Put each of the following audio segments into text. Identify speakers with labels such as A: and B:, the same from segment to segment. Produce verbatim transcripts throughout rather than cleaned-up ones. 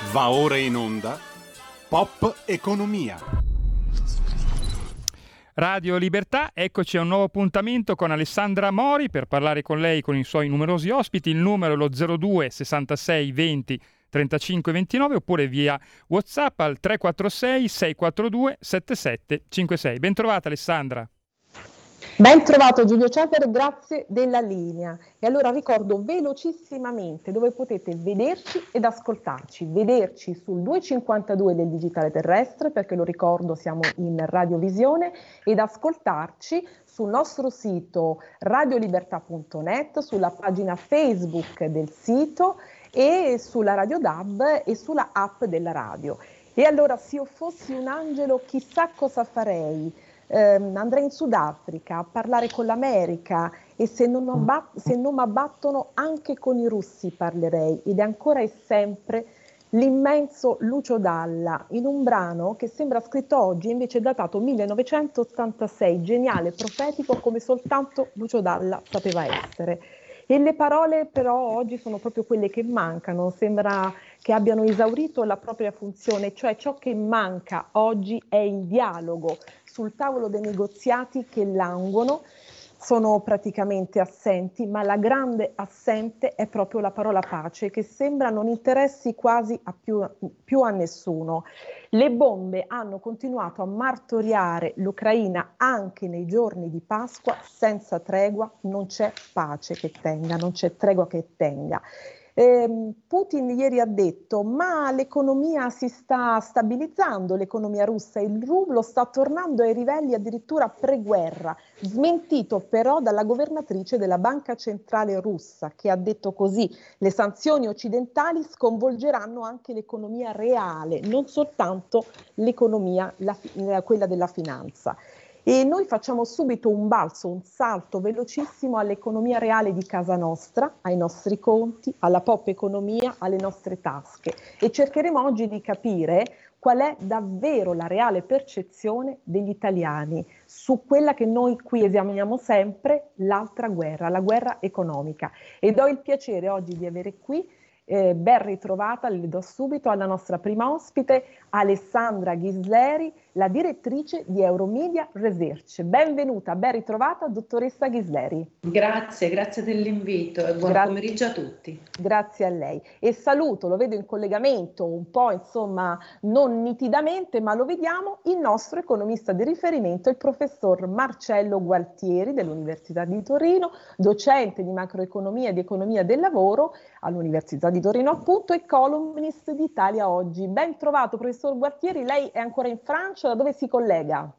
A: Va ora in onda Pop Economia.
B: Radio Libertà, eccoci a un nuovo appuntamento con Alessandra Mori per parlare con lei con i suoi numerosi ospiti. Il numero è lo zero due sessantasei venti trentacinque ventinove oppure via WhatsApp al tre quattro sei sei quattro due sette sette cinque sei. Ben trovata Alessandra.
C: Ben trovato Giulio Cesare, grazie della linea. E allora ricordo velocissimamente dove potete vederci ed ascoltarci. Vederci sul duecentocinquantadue del digitale terrestre, perché lo ricordo siamo in radiovisione, ed ascoltarci sul nostro sito radiolibertà punto net, sulla pagina Facebook del sito e sulla Radio D A B e sulla app della radio. E allora se io fossi un angelo chissà cosa farei. Eh, andrei in Sudafrica a parlare con l'America e se non, abbat- se non mi abbattono anche con i russi parlerei, ed è ancora e sempre l'immenso Lucio Dalla in un brano che sembra scritto oggi invece datato millenovecentottantasei, geniale, profetico come soltanto Lucio Dalla sapeva essere. E le parole però oggi sono proprio quelle che mancano, sembra che abbiano esaurito la propria funzione, cioè ciò che manca oggi è il dialogo. Sul tavolo dei negoziati che languono sono praticamente assenti, ma la grande assente è proprio la parola pace, che sembra non interessi quasi a più, più a nessuno. Le bombe hanno continuato a martoriare l'Ucraina anche nei giorni di Pasqua senza tregua, non c'è pace che tenga, non c'è tregua che tenga. Eh, Putin ieri ha detto ma l'economia si sta stabilizzando, l'economia russa, il rublo sta tornando ai livelli addirittura pre-guerra, smentito però dalla governatrice della Banca Centrale Russa che ha detto così: le sanzioni occidentali sconvolgeranno anche l'economia reale, non soltanto l'economia, la, quella della finanza. E noi facciamo subito un balzo, un salto velocissimo all'economia reale di casa nostra, ai nostri conti, alla pop economia, alle nostre tasche, e cercheremo oggi di capire qual è davvero la reale percezione degli italiani su quella che noi qui esaminiamo sempre, l'altra guerra, la guerra economica. Ed ho il piacere oggi di avere qui, eh, ben ritrovata, le do subito, alla nostra prima ospite, Alessandra Ghisleri, la direttrice di Euromedia Research. Benvenuta, ben ritrovata, dottoressa Ghisleri.
D: Grazie, grazie dell'invito e buon grazie. Pomeriggio a tutti.
C: Grazie a lei. E saluto, lo vedo in collegamento un po', insomma, non nitidamente, ma lo vediamo, il nostro economista di riferimento, il professor Marcello Gualtieri dell'Università di Torino, docente di macroeconomia e di economia del lavoro all'Università di Torino appunto e columnist di Italia Oggi. Ben trovato professor Gualtieri, lei è ancora in Francia, da dove si collega?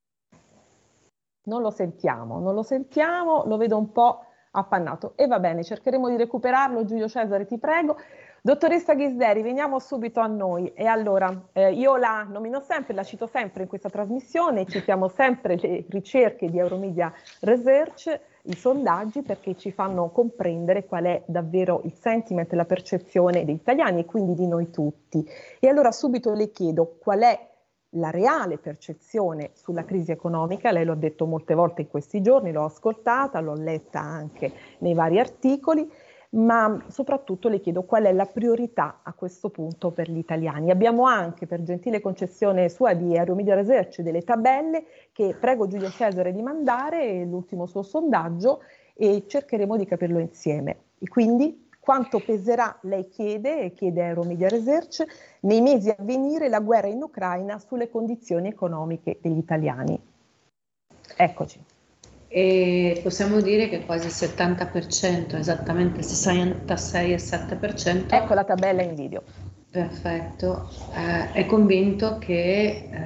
C: Non lo sentiamo, non lo sentiamo, lo vedo un po' appannato. E va bene, cercheremo di recuperarlo. Giulio Cesare, ti prego. Dottoressa Ghisleri, veniamo subito a noi. E allora, eh, io la nomino sempre, la cito sempre in questa trasmissione, citiamo sempre le ricerche di Euromedia Research, i sondaggi, perché ci fanno comprendere qual è davvero il sentiment e la percezione degli italiani e quindi di noi tutti. E allora subito le chiedo qual è la reale percezione sulla crisi economica. Lei l'ho detto molte volte in questi giorni, l'ho ascoltata, l'ho letta anche nei vari articoli, ma soprattutto le chiedo qual è la priorità a questo punto per gli italiani. Abbiamo anche, per gentile concessione sua di Euromedia Research, delle tabelle che prego Giulio Cesare di mandare, l'ultimo suo sondaggio, e cercheremo di capirlo insieme. E quindi quanto peserà, lei chiede, e chiede Euromedia Research, nei mesi a venire la guerra in Ucraina sulle condizioni economiche degli italiani? Eccoci.
D: E possiamo dire che quasi il settanta per cento, esattamente il sessantasei virgola sette per cento.
C: Ecco la tabella in video.
D: Perfetto, eh, è convinto che eh,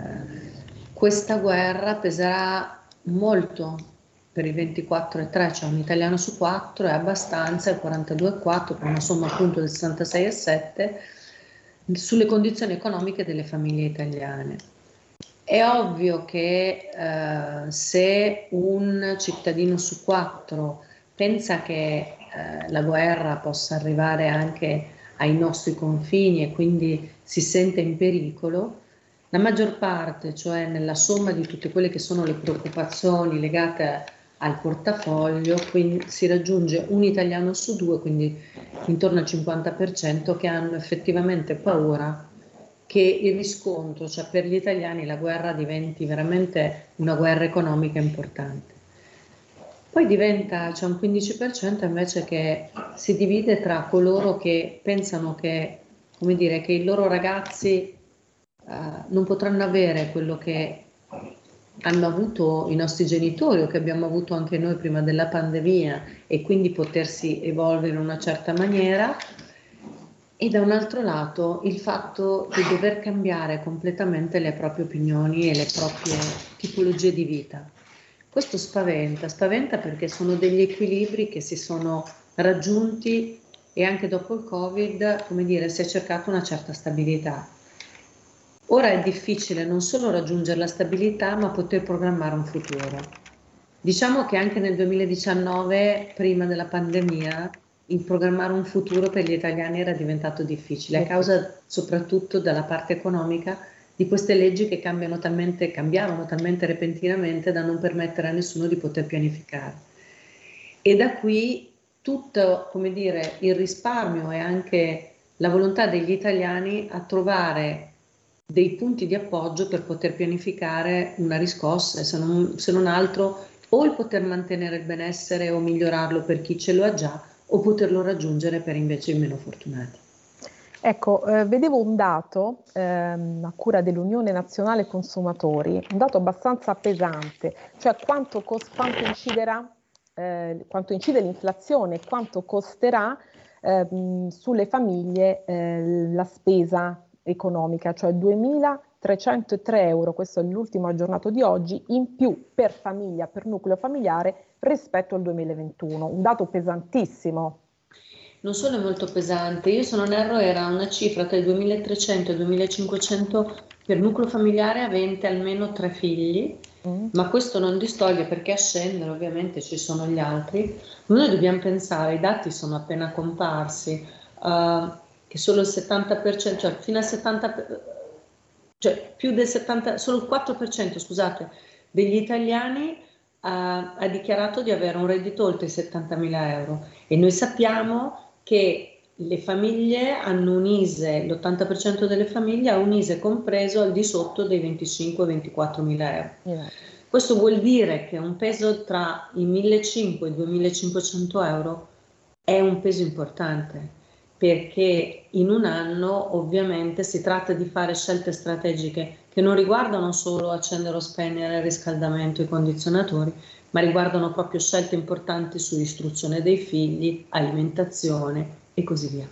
D: questa guerra peserà molto per i ventiquattro virgola tre, cioè un italiano su quattro, è abbastanza, il quarantadue virgola quattro, per una somma appunto del sessantasei virgola sette, sulle condizioni economiche delle famiglie italiane. È ovvio che eh, se un cittadino su quattro pensa che eh, la guerra possa arrivare anche ai nostri confini e quindi si sente in pericolo, la maggior parte, cioè nella somma di tutte quelle che sono le preoccupazioni legate al portafoglio, quindi si raggiunge un italiano su due, quindi intorno al cinquanta per cento, che hanno effettivamente paura che il riscontro, cioè per gli italiani la guerra diventi veramente una guerra economica importante. Poi diventa, c'è un quindici per cento invece che si divide tra coloro che pensano che, come dire, che i loro ragazzi uh, non potranno avere quello che hanno avuto i nostri genitori o che abbiamo avuto anche noi prima della pandemia, e quindi potersi evolvere in una certa maniera, e da un altro lato il fatto di dover cambiare completamente le proprie opinioni e le proprie tipologie di vita. Questo spaventa, spaventa perché sono degli equilibri che si sono raggiunti, e anche dopo il Covid, come dire, si è cercata una certa stabilità. Ora è difficile non solo raggiungere la stabilità, ma poter programmare un futuro. Diciamo che anche nel duemiladiciannove, prima della pandemia, il programmare un futuro per gli italiani era diventato difficile, a causa soprattutto dalla parte economica di queste leggi che cambiano talmente, cambiavano talmente repentinamente da non permettere a nessuno di poter pianificare. E da qui tutto, come dire, il risparmio e anche la volontà degli italiani a trovare dei punti di appoggio per poter pianificare una riscossa, se non, se non altro o il poter mantenere il benessere o migliorarlo per chi ce lo ha già, o poterlo raggiungere per invece i meno fortunati.
C: Ecco, eh, vedevo un dato ehm, a cura dell'Unione Nazionale Consumatori, un dato abbastanza pesante, cioè quanto, cos- quanto inciderà, eh, quanto incide l'inflazione e quanto costerà ehm, sulle famiglie eh, la spesa economica, cioè duemilatrecentotre euro, questo è l'ultimo aggiornato di oggi, in più per famiglia, per nucleo familiare rispetto al duemilaventuno, un dato pesantissimo.
D: Non solo è molto pesante, io se non erro era una cifra tra i duemilatrecento e i duemilacinquecento per nucleo familiare avente almeno tre figli, mm. ma questo non distoglie, perché a scendere ovviamente ci sono gli altri. Noi dobbiamo pensare, i dati sono appena comparsi, uh, che solo il settanta per cento, cioè fino al settanta per cento, cioè più del settanta, solo il quattro per cento, scusate, degli italiani ha, ha dichiarato di avere un reddito oltre i settantamila euro, e noi sappiamo che le famiglie hanno un I S E E, l'ottanta per cento delle famiglie ha un I S E E compreso al di sotto dei venticinque ventiquattromila euro. Yeah. Questo vuol dire che un peso tra i millecinquecento e i duemilacinquecento euro è un peso importante, perché in un anno ovviamente si tratta di fare scelte strategiche che non riguardano solo accendere o spegnere, riscaldamento e condizionatori, ma riguardano proprio scelte importanti su istruzione dei figli, alimentazione e così via.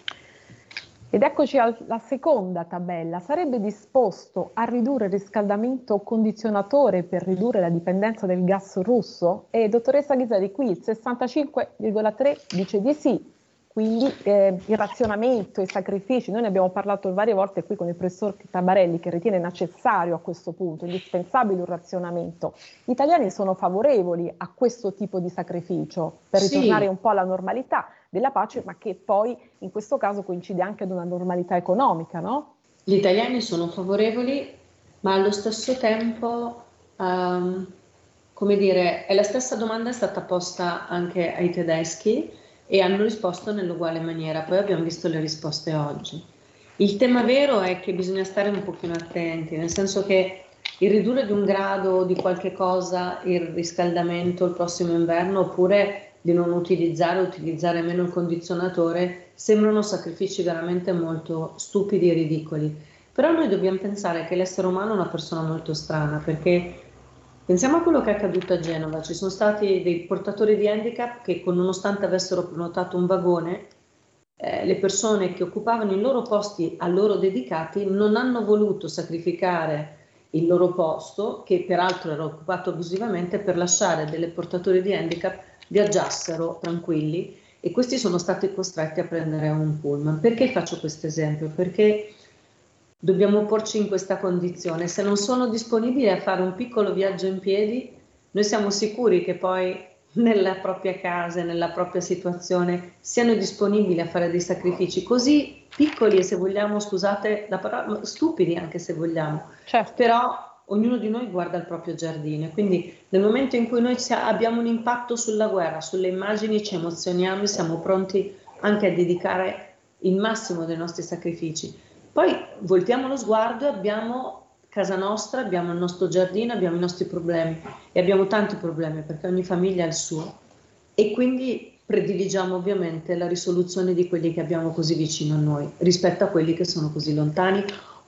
C: Ed eccoci alla seconda tabella. Sarebbe disposto a ridurre il riscaldamento o condizionatore per ridurre la dipendenza del gas russo? E dottoressa Ghiseri, qui il sessantacinque virgola tre dice di sì. Quindi eh, il razionamento, i sacrifici, noi ne abbiamo parlato varie volte qui con il professor Tabarelli, che ritiene necessario a questo punto, indispensabile un razionamento. Gli italiani sono favorevoli a questo tipo di sacrificio per ritornare sì. un po' alla normalità della pace, ma che poi in questo caso coincide anche ad una normalità economica, no?
D: Gli italiani sono favorevoli, ma allo stesso tempo, um, come dire, è la stessa domanda è stata posta anche ai tedeschi, e hanno risposto nell'uguale maniera. Poi abbiamo visto le risposte oggi. Il tema vero è che bisogna stare un pochino attenti, nel senso che il ridurre di un grado o di qualche cosa il riscaldamento il prossimo inverno, oppure di non utilizzare o utilizzare meno il condizionatore, sembrano sacrifici veramente molto stupidi e ridicoli. Però noi dobbiamo pensare che l'essere umano è una persona molto strana, perché pensiamo a quello che è accaduto a Genova. Ci sono stati dei portatori di handicap che, nonostante avessero prenotato un vagone, eh, le persone che occupavano i loro posti a loro dedicati non hanno voluto sacrificare il loro posto, che peraltro era occupato abusivamente, per lasciare delle portatori di handicap viaggiassero tranquilli, e questi sono stati costretti a prendere un pullman. Perché faccio questo esempio? Perché dobbiamo porci in questa condizione. Se non sono disponibili a fare un piccolo viaggio in piedi, noi siamo sicuri che poi nella propria casa, nella propria situazione, siano disponibili a fare dei sacrifici così piccoli e, se vogliamo, scusate la parola, stupidi anche se vogliamo, certo. Però ognuno di noi guarda il proprio giardino, quindi nel momento in cui noi abbiamo un impatto sulla guerra, sulle immagini, ci emozioniamo e siamo pronti anche a dedicare il massimo dei nostri sacrifici. Poi voltiamo lo sguardo e abbiamo casa nostra, abbiamo il nostro giardino, abbiamo i nostri problemi e abbiamo tanti problemi perché ogni famiglia ha il suo e quindi prediligiamo ovviamente la risoluzione di quelli che abbiamo così vicino a noi rispetto a quelli che sono così lontani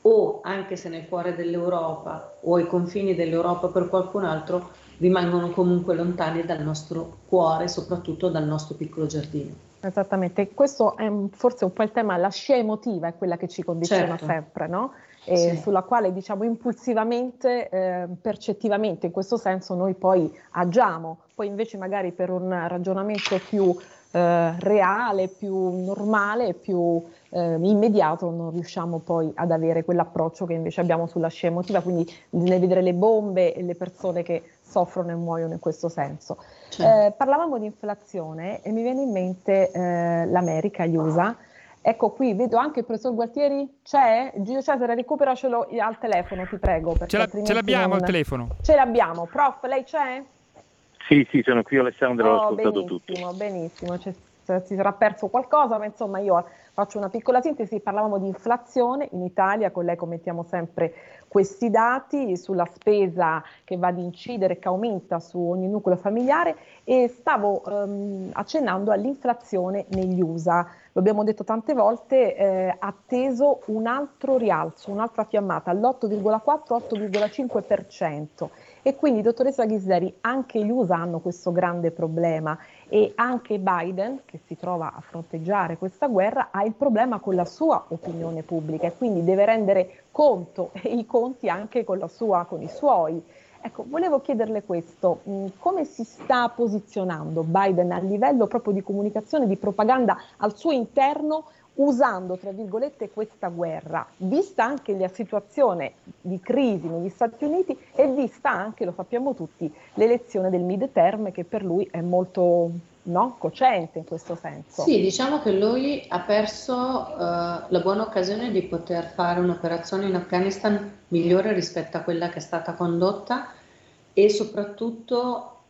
D: o anche se nel cuore dell'Europa o ai confini dell'Europa per qualcun altro rimangono comunque lontani dal nostro cuore, soprattutto dal nostro piccolo giardino.
C: Esattamente, questo è forse un po' il tema, la scia emotiva è quella che ci condiziona
D: certo.
C: sempre, no? E sì. Sulla quale diciamo impulsivamente, eh, percettivamente, in questo senso noi poi agiamo, poi invece magari per un ragionamento più eh, reale, più normale, più eh, immediato non riusciamo poi ad avere quell'approccio che invece abbiamo sulla scia emotiva, quindi nel vedere le bombe e le persone che soffrono e muoiono in questo senso. Certo. Eh, parlavamo di inflazione e mi viene in mente eh, l'America, gli U S A. Ecco qui, vedo anche il professor Gualtieri, c'è? Giulio Cesare, recuperacelo al telefono, ti prego.
B: Ce, la, ce l'abbiamo non... al telefono?
C: Ce l'abbiamo. Prof, lei c'è?
E: Sì, sì, sono qui Alessandro,
C: oh,
E: ho ascoltato
C: benissimo,
E: tutto.
C: Benissimo, benissimo. Si sarà perso qualcosa, ma insomma io faccio una piccola sintesi. Parlavamo di inflazione in Italia, con lei commentiamo sempre questi dati sulla spesa che va ad incidere, che aumenta su ogni nucleo familiare e stavo um, accennando all'inflazione negli U S A. Lo abbiamo detto tante volte, eh, atteso un altro rialzo, un'altra fiammata all'otto virgola quattro otto virgola cinque per cento. E quindi, dottoressa Ghisleri, anche gli U S A hanno questo grande problema e anche Biden, che si trova a fronteggiare questa guerra, ha il problema con la sua opinione pubblica e quindi deve rendere conto e i conti anche con la sua, con i suoi. Ecco, volevo chiederle questo, come si sta posizionando Biden a livello proprio di comunicazione, di propaganda al suo interno, usando, tra virgolette, questa guerra, vista anche la situazione di crisi negli Stati Uniti e vista anche, lo sappiamo tutti, l'elezione del mid-term che per lui è molto no, cocente in questo senso.
D: Sì, diciamo che lui ha perso uh, la buona occasione di poter fare un'operazione in Afghanistan migliore rispetto a quella che è stata condotta e soprattutto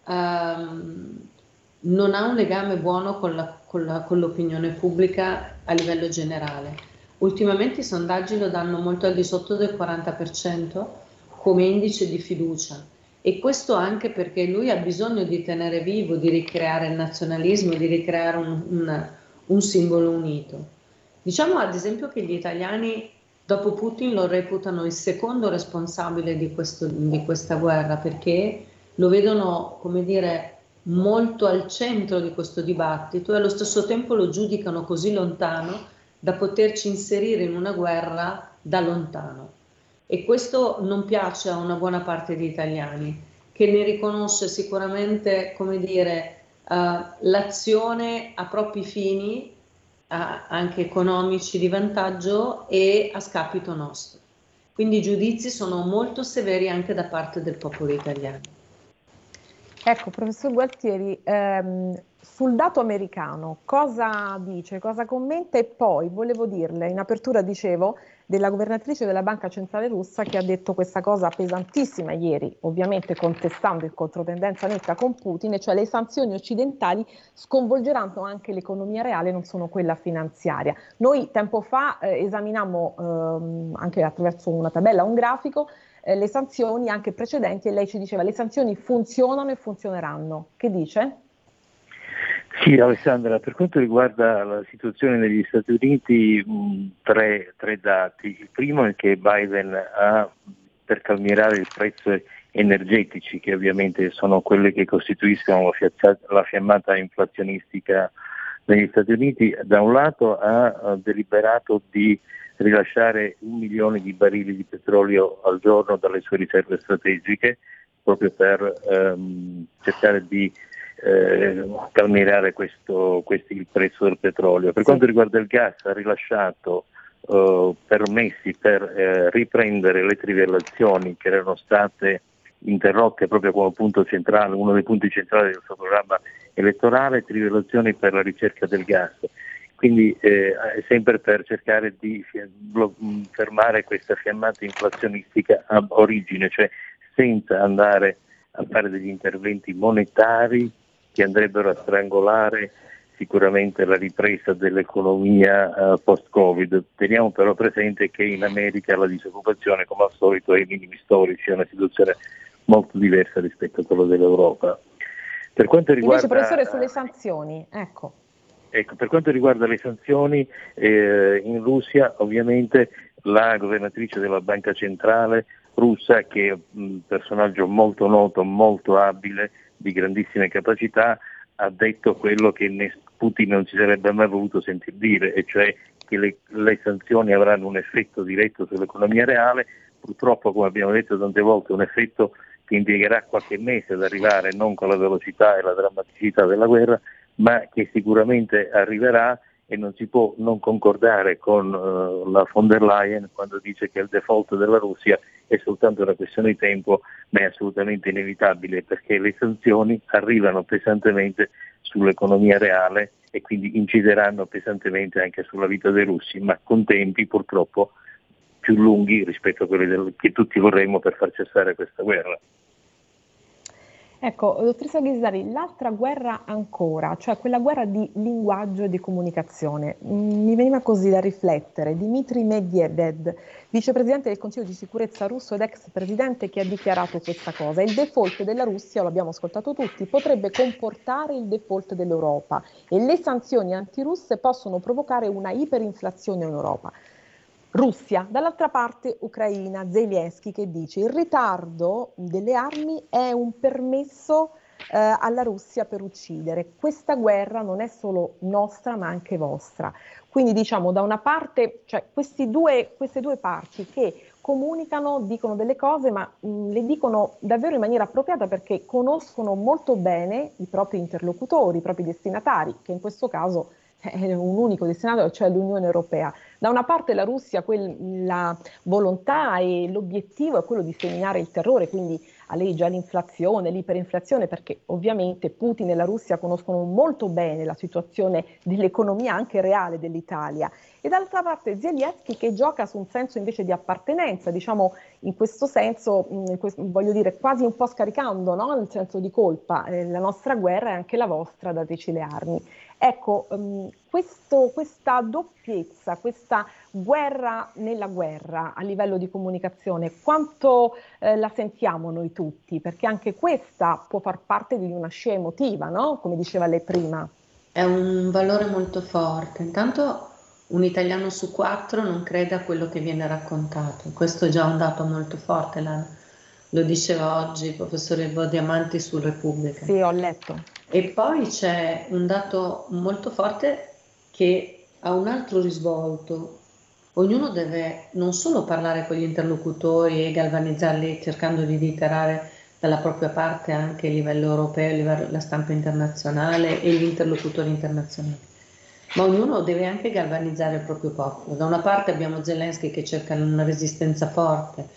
D: um, non ha un legame buono con, la, con, la, con l'opinione pubblica a livello generale. Ultimamente i sondaggi lo danno molto al di sotto del quaranta per cento come indice di fiducia e questo anche perché lui ha bisogno di tenere vivo, di ricreare il nazionalismo, di ricreare un, un, un simbolo unito. Diciamo ad esempio che gli italiani dopo Putin lo reputano il secondo responsabile di, questo, di questa guerra perché lo vedono, come dire, molto al centro di questo dibattito e allo stesso tempo lo giudicano così lontano da poterci inserire in una guerra da lontano. E questo non piace a una buona parte di italiani, che ne riconosce sicuramente, come dire, uh, l'azione a propri fini, uh, anche economici di vantaggio e a scapito nostro. Quindi i giudizi sono molto severi anche da parte del popolo italiano.
C: Ecco, professor Gualtieri, ehm, sul dato americano cosa dice, cosa commenta e poi volevo dirle, in apertura dicevo, della governatrice della Banca Centrale Russa che ha detto questa cosa pesantissima ieri, ovviamente contestando in controtendenza netta con Putin, cioè le sanzioni occidentali sconvolgeranno anche l'economia reale, non sono quella finanziaria. Noi tempo fa eh, esaminammo ehm, anche attraverso una tabella, un grafico, eh, le sanzioni anche precedenti e lei ci diceva le sanzioni funzionano e funzioneranno. Che dice?
E: Sì, Alessandra, per quanto riguarda la situazione negli Stati Uniti, mh, tre, tre dati. Il primo è che Biden ha, per calmierare il prezzo energetici, che ovviamente sono quelle che costituiscono la, fiazzata, la fiammata inflazionistica negli Stati Uniti, da un lato ha, ha deliberato di rilasciare un milione di barili di petrolio al giorno dalle sue riserve strategiche, proprio per ehm, cercare di Eh, calmierare questo, questo, il prezzo del petrolio. Per sì. quanto riguarda il gas ha rilasciato eh, permessi per eh, riprendere le trivellazioni che erano state interrotte proprio come punto centrale, uno dei punti centrali del suo programma elettorale, trivellazioni per la ricerca del gas. quindi eh, sempre per cercare di fermare questa fiammata inflazionistica a origine, cioè senza andare a fare degli interventi monetari che andrebbero a strangolare sicuramente la ripresa dell'economia uh, post-Covid. Teniamo però presente che in America la disoccupazione, come al solito, è ai minimi storici, è una situazione molto diversa rispetto a quella dell'Europa. Per quanto riguarda,
C: invece, professore, sulle sanzioni, ecco.
E: Ecco, per quanto riguarda le sanzioni, eh, in Russia ovviamente la governatrice della banca centrale russa, che è un personaggio molto noto, molto abile, di grandissime capacità, ha detto quello che ne, Putin non si sarebbe mai voluto sentir dire, e cioè che le, le sanzioni avranno un effetto diretto sull'economia reale. Purtroppo, come abbiamo detto tante volte, un effetto che impiegherà qualche mese ad arrivare, non con la velocità e la drammaticità della guerra, ma che sicuramente arriverà, e non si può non concordare con uh, la von der Leyen quando dice che il default della Russia è soltanto una questione di tempo, ma è assolutamente inevitabile, perché le sanzioni arrivano pesantemente sull'economia reale e quindi incideranno pesantemente anche sulla vita dei russi, ma con tempi purtroppo più lunghi rispetto a quelli del, che tutti vorremmo per far cessare questa guerra.
C: Ecco, dottoressa Ghisari, l'altra guerra ancora, cioè quella guerra di linguaggio e di comunicazione, mi veniva così da riflettere. Dmitry Medvedev, vicepresidente del Consiglio di sicurezza russo ed ex presidente, che ha dichiarato questa cosa: il default della Russia, lo abbiamo ascoltato tutti, potrebbe comportare il default dell'Europa e le sanzioni antirusse possono provocare una iperinflazione in Europa. Russia, dall'altra parte Ucraina, Zelensky che dice: il ritardo delle armi è un permesso eh, alla Russia per uccidere. Questa guerra non è solo nostra ma anche vostra. Quindi diciamo, da una parte, cioè questi due, queste due parti che comunicano, dicono delle cose, ma mh, le dicono davvero in maniera appropriata, perché conoscono molto bene i propri interlocutori, i propri destinatari, che in questo caso è un unico destinatario, cioè l'Unione Europea. Da una parte la Russia, quel, la volontà e l'obiettivo è quello di seminare il terrore, quindi aleggia l'inflazione, l'iperinflazione, perché ovviamente Putin e la Russia conoscono molto bene la situazione dell'economia anche reale dell'Italia. E dall'altra parte Zelensky, che gioca su un senso invece di appartenenza, diciamo in questo senso, in questo, voglio dire, quasi un po' scaricando, no? Il senso di colpa, eh, la nostra guerra è anche la vostra, dateci le armi. Ecco, um, questo, questa doppiezza, questa guerra nella guerra a livello di comunicazione, quanto eh, la sentiamo noi tutti? Perché anche questa può far parte di una scia emotiva, no? Come diceva lei prima.
D: È un valore molto forte. Intanto un italiano su quattro non crede a quello che viene raccontato. Questo è già un dato molto forte, la, lo diceva oggi il professore Ivo Diamanti su Repubblica.
C: Sì, ho letto.
D: E poi c'è un dato molto forte che ha un altro risvolto. Ognuno deve non solo parlare con gli interlocutori e galvanizzarli cercando di dichiarare dalla propria parte anche a livello europeo, a livello della stampa internazionale e gli interlocutori internazionali, ma ognuno deve anche galvanizzare il proprio popolo. Da una parte abbiamo Zelensky che cerca una resistenza forte,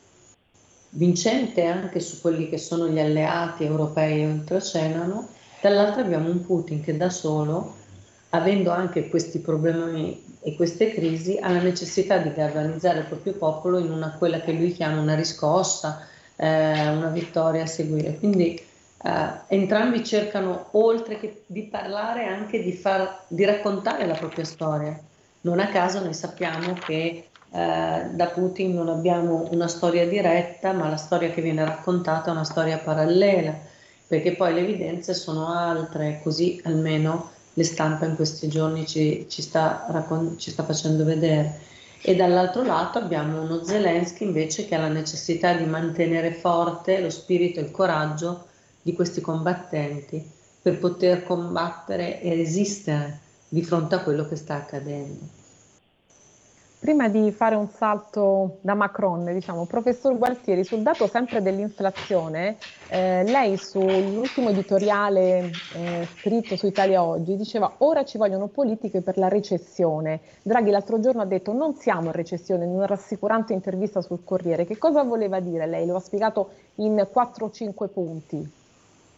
D: vincente anche su quelli che sono gli alleati europei oltreoceano, dall'altra abbiamo un Putin che da solo, avendo anche questi problemi e queste crisi, ha la necessità di galvanizzare il proprio popolo in una, quella che lui chiama una riscossa, eh, una vittoria a seguire. Quindi eh, entrambi cercano, oltre che di parlare, anche di, far, di raccontare la propria storia. Non a caso noi sappiamo che eh, da Putin non abbiamo una storia diretta, ma la storia che viene raccontata è una storia parallela, perché poi le evidenze sono altre, così almeno le stampa in questi giorni ci, ci, sta, ci sta facendo vedere. E dall'altro lato abbiamo uno Zelensky invece che ha la necessità di mantenere forte lo spirito e il coraggio di questi combattenti per poter combattere e resistere di fronte a quello che sta accadendo.
C: Prima di fare un salto da Macron, diciamo, professor Gualtieri, sul dato sempre dell'inflazione, eh, lei sull'ultimo editoriale eh, scritto su Italia Oggi diceva: ora ci vogliono politiche per la recessione. Draghi l'altro giorno ha detto: non siamo in recessione, in una rassicurante intervista sul Corriere. Che cosa voleva dire lei? Lo ha spiegato in quattro o cinque punti.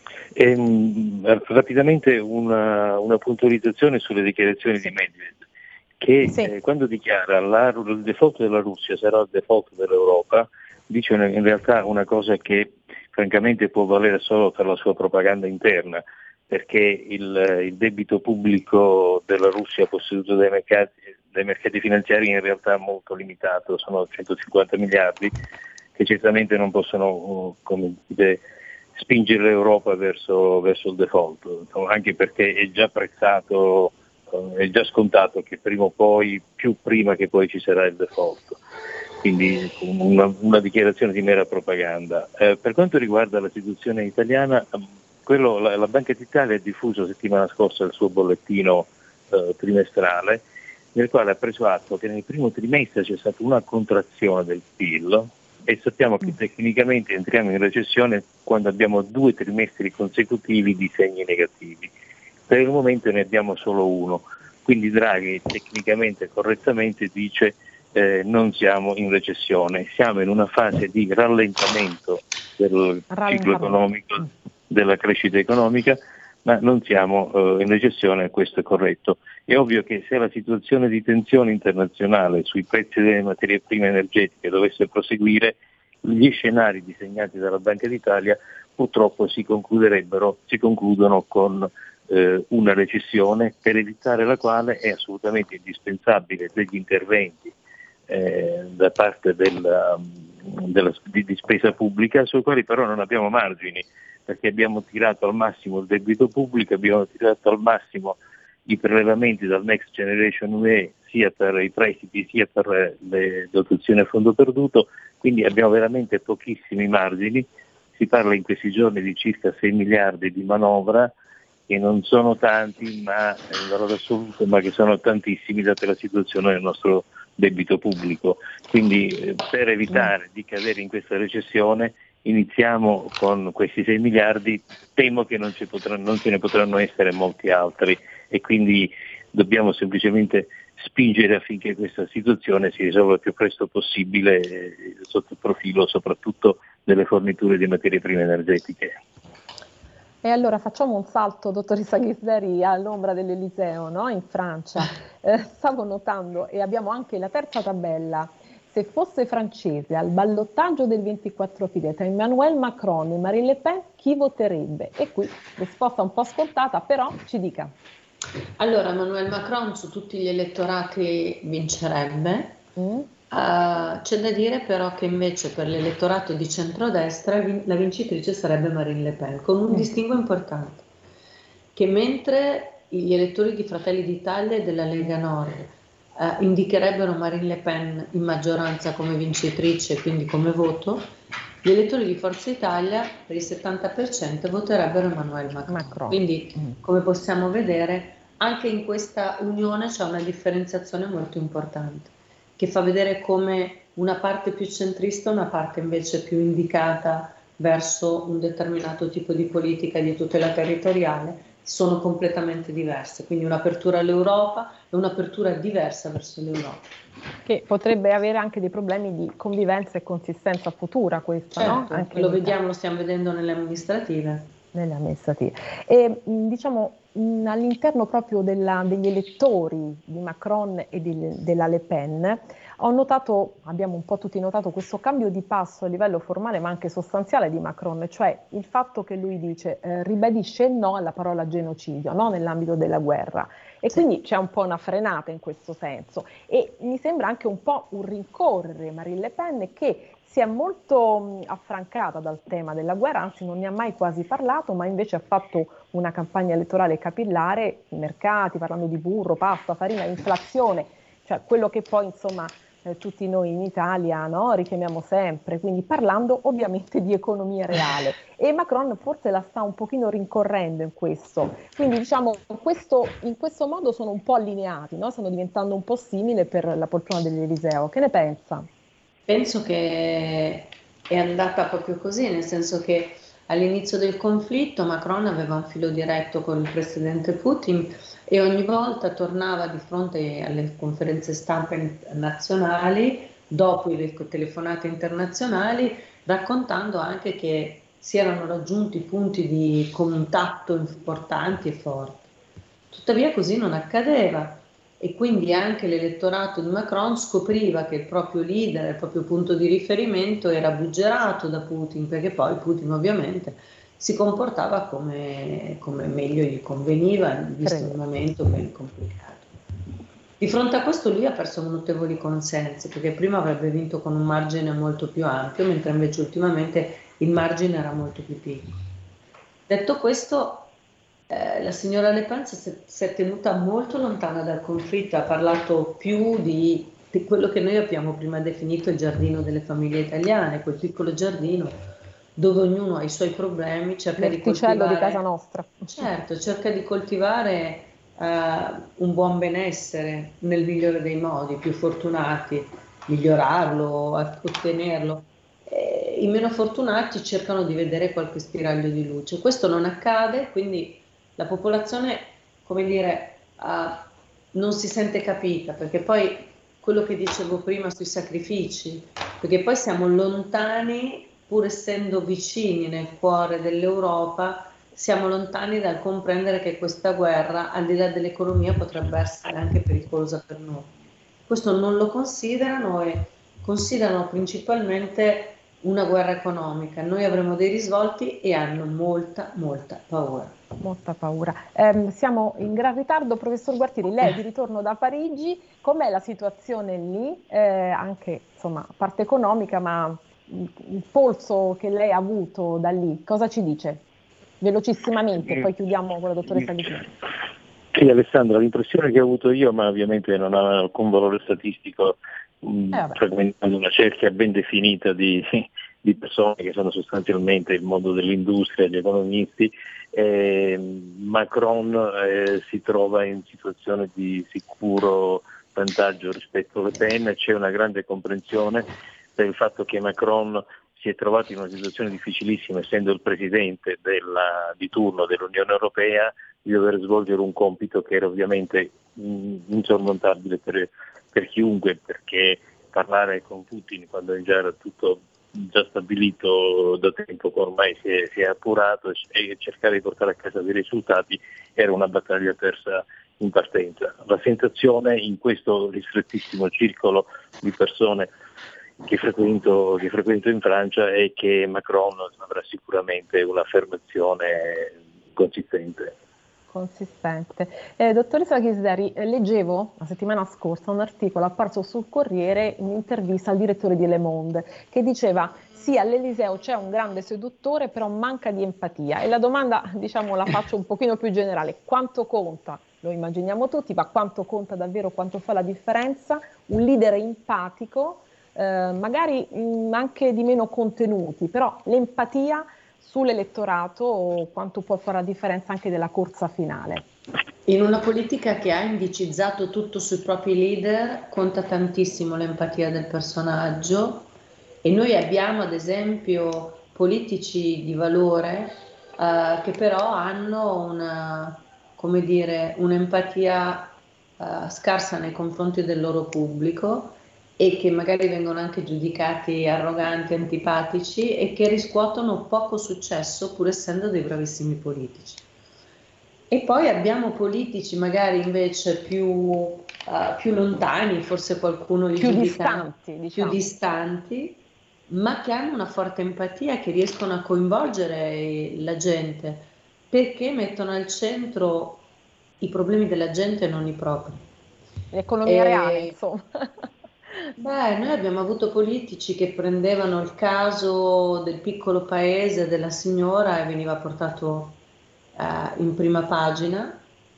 E: Ehm, rapidamente una, una puntualizzazione sulle dichiarazioni
C: Sì.
E: di Medvedev, che
C: Sì.
E: eh, quando dichiara la, il default della Russia sarà il default dell'Europa, dice una- in realtà una cosa che francamente può valere solo per la sua propaganda interna, perché il, il debito pubblico della Russia posseduto dai mercati, dai mercati finanziari in realtà è molto limitato, sono centocinquanta miliardi, che certamente non possono, come dire, spingere l'Europa verso, verso il default, anche perché è già prezzato, è già scontato che prima o poi, più prima che poi ci sarà il default. Quindi una, una dichiarazione di mera propaganda. Eh, per quanto riguarda la situazione italiana, quello, la, la Banca d'Italia ha diffuso settimana scorsa il suo bollettino eh, trimestrale, nel quale ha preso atto che nel primo trimestre c'è stata una contrazione del P I L, e sappiamo che tecnicamente entriamo in recessione quando abbiamo due trimestri consecutivi di segni negativi. Per il momento ne abbiamo solo uno, quindi Draghi tecnicamente e correttamente dice eh, non siamo in recessione, siamo in una fase di rallentamento del ciclo economico, della crescita economica, ma non siamo eh, in recessione, questo è corretto. È ovvio che se la situazione di tensione internazionale sui prezzi delle materie prime energetiche dovesse proseguire, gli scenari disegnati dalla Banca d'Italia purtroppo si concluderebbero, si concludono con eh, una recessione, per evitare la quale è assolutamente indispensabile degli interventi eh, da parte della, della, di, di spesa pubblica, sui quali però non abbiamo margini, perché abbiamo tirato al massimo il debito pubblico, abbiamo tirato al massimo i prelevamenti dal Next Generation U E sia per i prestiti sia per le dotazioni a fondo perduto, quindi abbiamo veramente pochissimi margini. Si parla in questi giorni di circa sei miliardi di manovra, che non sono tanti ma in valore assoluto, ma che sono tantissimi data la situazione del nostro debito pubblico. Quindi eh, per evitare di cadere in questa recessione iniziamo con questi sei miliardi, temo che non, ci potranno, non ce ne potranno essere molti altri, e quindi dobbiamo semplicemente spingere affinché questa situazione si risolva il più presto possibile eh, sotto il profilo soprattutto delle forniture di materie prime energetiche.
C: E allora facciamo un salto, dottoressa Ghisleri, all'ombra dell'Eliseo, no? In Francia. Eh, stavo notando, e abbiamo anche la terza tabella. Se fosse francese al ballottaggio del ventiquattro aprile tra Emmanuel Macron e Marine Le Pen, chi voterebbe? E qui risposta un po' scontata, però ci dica.
D: Allora, Emmanuel Macron su tutti gli elettorati vincerebbe. Mm. Uh, c'è da dire però che invece per l'elettorato di centrodestra vin- la vincitrice sarebbe Marine Le Pen, con un mm. distinguo importante, che mentre gli elettori di Fratelli d'Italia e della Lega Nord uh, indicherebbero Marine Le Pen in maggioranza come vincitrice, quindi come voto, gli elettori di Forza Italia per il settanta per cento voterebbero Emmanuel Macron. Macron. Quindi, mm. come possiamo vedere, anche in questa unione c'è una differenziazione molto importante, che fa vedere come una parte più centrista e una parte invece più indicata verso un determinato tipo di politica di tutela territoriale sono completamente diverse, quindi un'apertura all'Europa e un'apertura diversa verso l'Europa.
C: Che potrebbe avere anche dei problemi di convivenza e consistenza futura questa,
D: certo,
C: no? Anche
D: lo vediamo, lo stiamo vedendo nelle amministrative.
C: Nelle amministrative. E diciamo mh, all'interno proprio della, degli elettori di Macron e di, della Le Pen ho notato, abbiamo un po' tutti notato questo cambio di passo a livello formale ma anche sostanziale di Macron, cioè il fatto che lui dice eh, ribadisce il no alla parola genocidio, no? Nell'ambito della guerra, e sì. Quindi c'è un po' una frenata in questo senso, e mi sembra anche un po' un rincorrere Marine Le Pen, che si è molto mh, affrancata dal tema della guerra, anzi non ne ha mai quasi parlato, ma invece ha fatto una campagna elettorale capillare, i mercati, parlando di burro, pasta, farina, inflazione, cioè quello che poi insomma eh, tutti noi in Italia, no, richiamiamo sempre, quindi parlando ovviamente di economia reale, e Macron forse la sta un pochino rincorrendo in questo, quindi diciamo questo, in questo modo sono un po' allineati, no? Stanno diventando un po' simile per la poltrona dell'Eliseo. Che ne pensa?
D: Penso che è andata proprio così, nel senso che all'inizio del conflitto Macron aveva un filo diretto con il presidente Putin e ogni volta tornava di fronte alle conferenze stampa nazionali, dopo le telefonate internazionali, raccontando anche che si erano raggiunti punti di contatto importanti e forti. Tuttavia così non accadeva e quindi anche l'elettorato di Macron scopriva che il proprio leader, il proprio punto di riferimento era buggerato da Putin, perché poi Putin ovviamente si comportava come, come meglio gli conveniva, visto il momento ben complicato. Di fronte a questo lui ha perso notevoli consensi, perché prima avrebbe vinto con un margine molto più ampio, mentre invece ultimamente il margine era molto più piccolo. Detto questo, eh, la signora Le Pen si, si è tenuta molto lontana dal conflitto, ha parlato più di, di quello che noi abbiamo prima definito il giardino delle famiglie italiane, quel piccolo giardino dove ognuno ha i suoi problemi, cerca di coltivare,
C: di casa nostra.
D: Certo, cerca di coltivare uh, un buon benessere nel migliore dei modi, più fortunati, migliorarlo, ottenerlo. E i meno fortunati cercano di vedere qualche spiraglio di luce. Questo non accade, quindi la popolazione, come dire, uh, non si sente capita, perché poi quello che dicevo prima sui sacrifici, perché poi siamo lontani, pur essendo vicini nel cuore dell'Europa, siamo lontani dal comprendere che questa guerra, al di là dell'economia, potrebbe essere anche pericolosa per noi. Questo non lo considerano e considerano principalmente una guerra economica. Noi avremo dei risvolti e hanno molta, molta paura.
C: Molta paura. Eh, siamo in gran ritardo, professor Gualtieri, lei è di ritorno da Parigi, com'è la situazione lì? Eh, anche, insomma, a parte economica, ma il polso che lei ha avuto da lì, cosa ci dice? Velocissimamente, poi chiudiamo con la dottoressa Ghisleri.
E: Sì, Alessandra, l'impressione che ho avuto io, ma ovviamente non ha alcun valore statistico, eh, fragmentando una cerchia ben definita di, di persone che sono sostanzialmente il mondo dell'industria, gli economisti, eh, Macron eh, si trova in situazione di sicuro vantaggio rispetto a Le Pen, c'è una grande comprensione per il fatto che Macron si è trovato in una situazione difficilissima, essendo il presidente della, di turno dell'Unione Europea, di dover svolgere un compito che era ovviamente insormontabile per, per chiunque, perché parlare con Putin quando è già era tutto già stabilito da tempo, che ormai si è, si è appurato, e cercare di portare a casa dei risultati era una battaglia persa in partenza. La sensazione in questo ristrettissimo circolo di persone che frequento, che frequento in Francia è che Macron avrà sicuramente un'affermazione consistente.
C: Consistente. Eh, dottoressa Ghisleri, eh, leggevo la settimana scorsa un articolo apparso sul Corriere, un'intervista al direttore di Le Monde, che diceva sì, all'Eliseo c'è un grande seduttore, però manca di empatia. E la domanda, diciamo, la faccio un pochino più generale: quanto conta? Lo immaginiamo tutti, ma quanto conta davvero, quanto fa la differenza un leader empatico, eh, magari mh, anche di meno contenuti, però l'empatia sull'elettorato, quanto può fare la differenza anche della corsa finale?
D: In una politica che ha indicizzato tutto sui propri leader, conta tantissimo l'empatia del personaggio, e noi abbiamo ad esempio politici di valore eh, che però hanno una, come dire, un'empatia eh, scarsa nei confronti del loro pubblico, e che magari vengono anche giudicati arroganti, antipatici, e che riscuotono poco successo pur essendo dei bravissimi politici. E poi abbiamo politici magari invece più, uh, più lontani, forse qualcuno li
C: più
D: giudica
C: distanti, diciamo.
D: più distanti, ma che hanno una forte empatia, che riescono a coinvolgere la gente, perché mettono al centro i problemi della gente e non i propri.
C: L'economia
D: e...
C: reale, insomma.
D: Beh, noi abbiamo avuto politici che prendevano il caso del piccolo paese della signora e veniva portato eh, in prima pagina,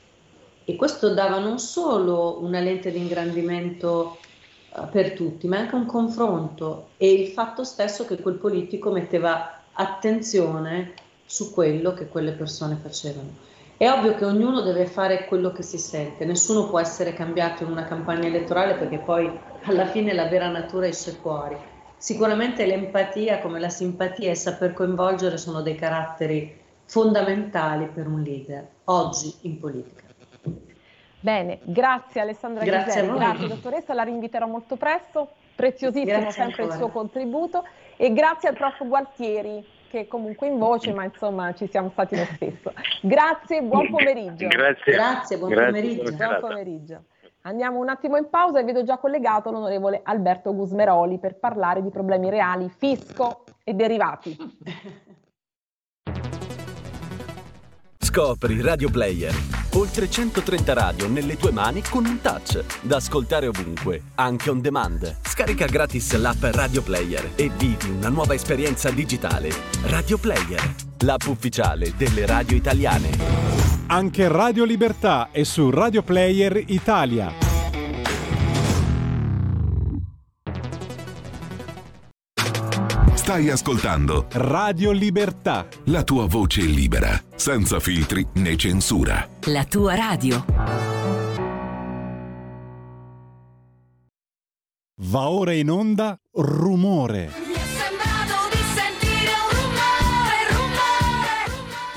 D: e questo dava non solo una lente di ingrandimento eh, per tutti, ma anche un confronto, e il fatto stesso che quel politico metteva attenzione su quello che quelle persone facevano. È ovvio che ognuno deve fare quello che si sente, nessuno può essere cambiato in una campagna elettorale, perché poi alla fine la vera natura esce fuori. Sicuramente l'empatia, come la simpatia e saper coinvolgere, sono dei caratteri fondamentali per un leader, oggi in politica.
C: Bene, grazie Alessandra Ghisleri, grazie dottoressa, la rinviterò molto presto, preziosissimo grazie sempre il suo contributo, e grazie al prof Gualtieri. che comunque in voce, ma insomma ci siamo stati lo stesso. Grazie, buon pomeriggio.
E: Grazie.
D: Grazie, buon
E: Grazie,
D: pomeriggio.
C: Buon pomeriggio. Andiamo un attimo in pausa e vedo già collegato l'onorevole Alberto Gusmeroli per parlare di problemi reali, fisco e derivati.
F: Scopri Radio Player. Oltre centotrenta radio nelle tue mani con un touch. Da ascoltare ovunque, anche on demand. Scarica gratis l'app Radio Player e vivi una nuova esperienza digitale. Radio Player, l'app ufficiale delle radio italiane.
A: Anche Radio Libertà è su Radio Player Italia.
G: Stai ascoltando
A: Radio Libertà.
G: la tua voce libera, senza filtri né censura.
H: La tua radio.
A: Va ora in onda Rumore.
I: Mi è sembrato di sentire un rumore, rumore,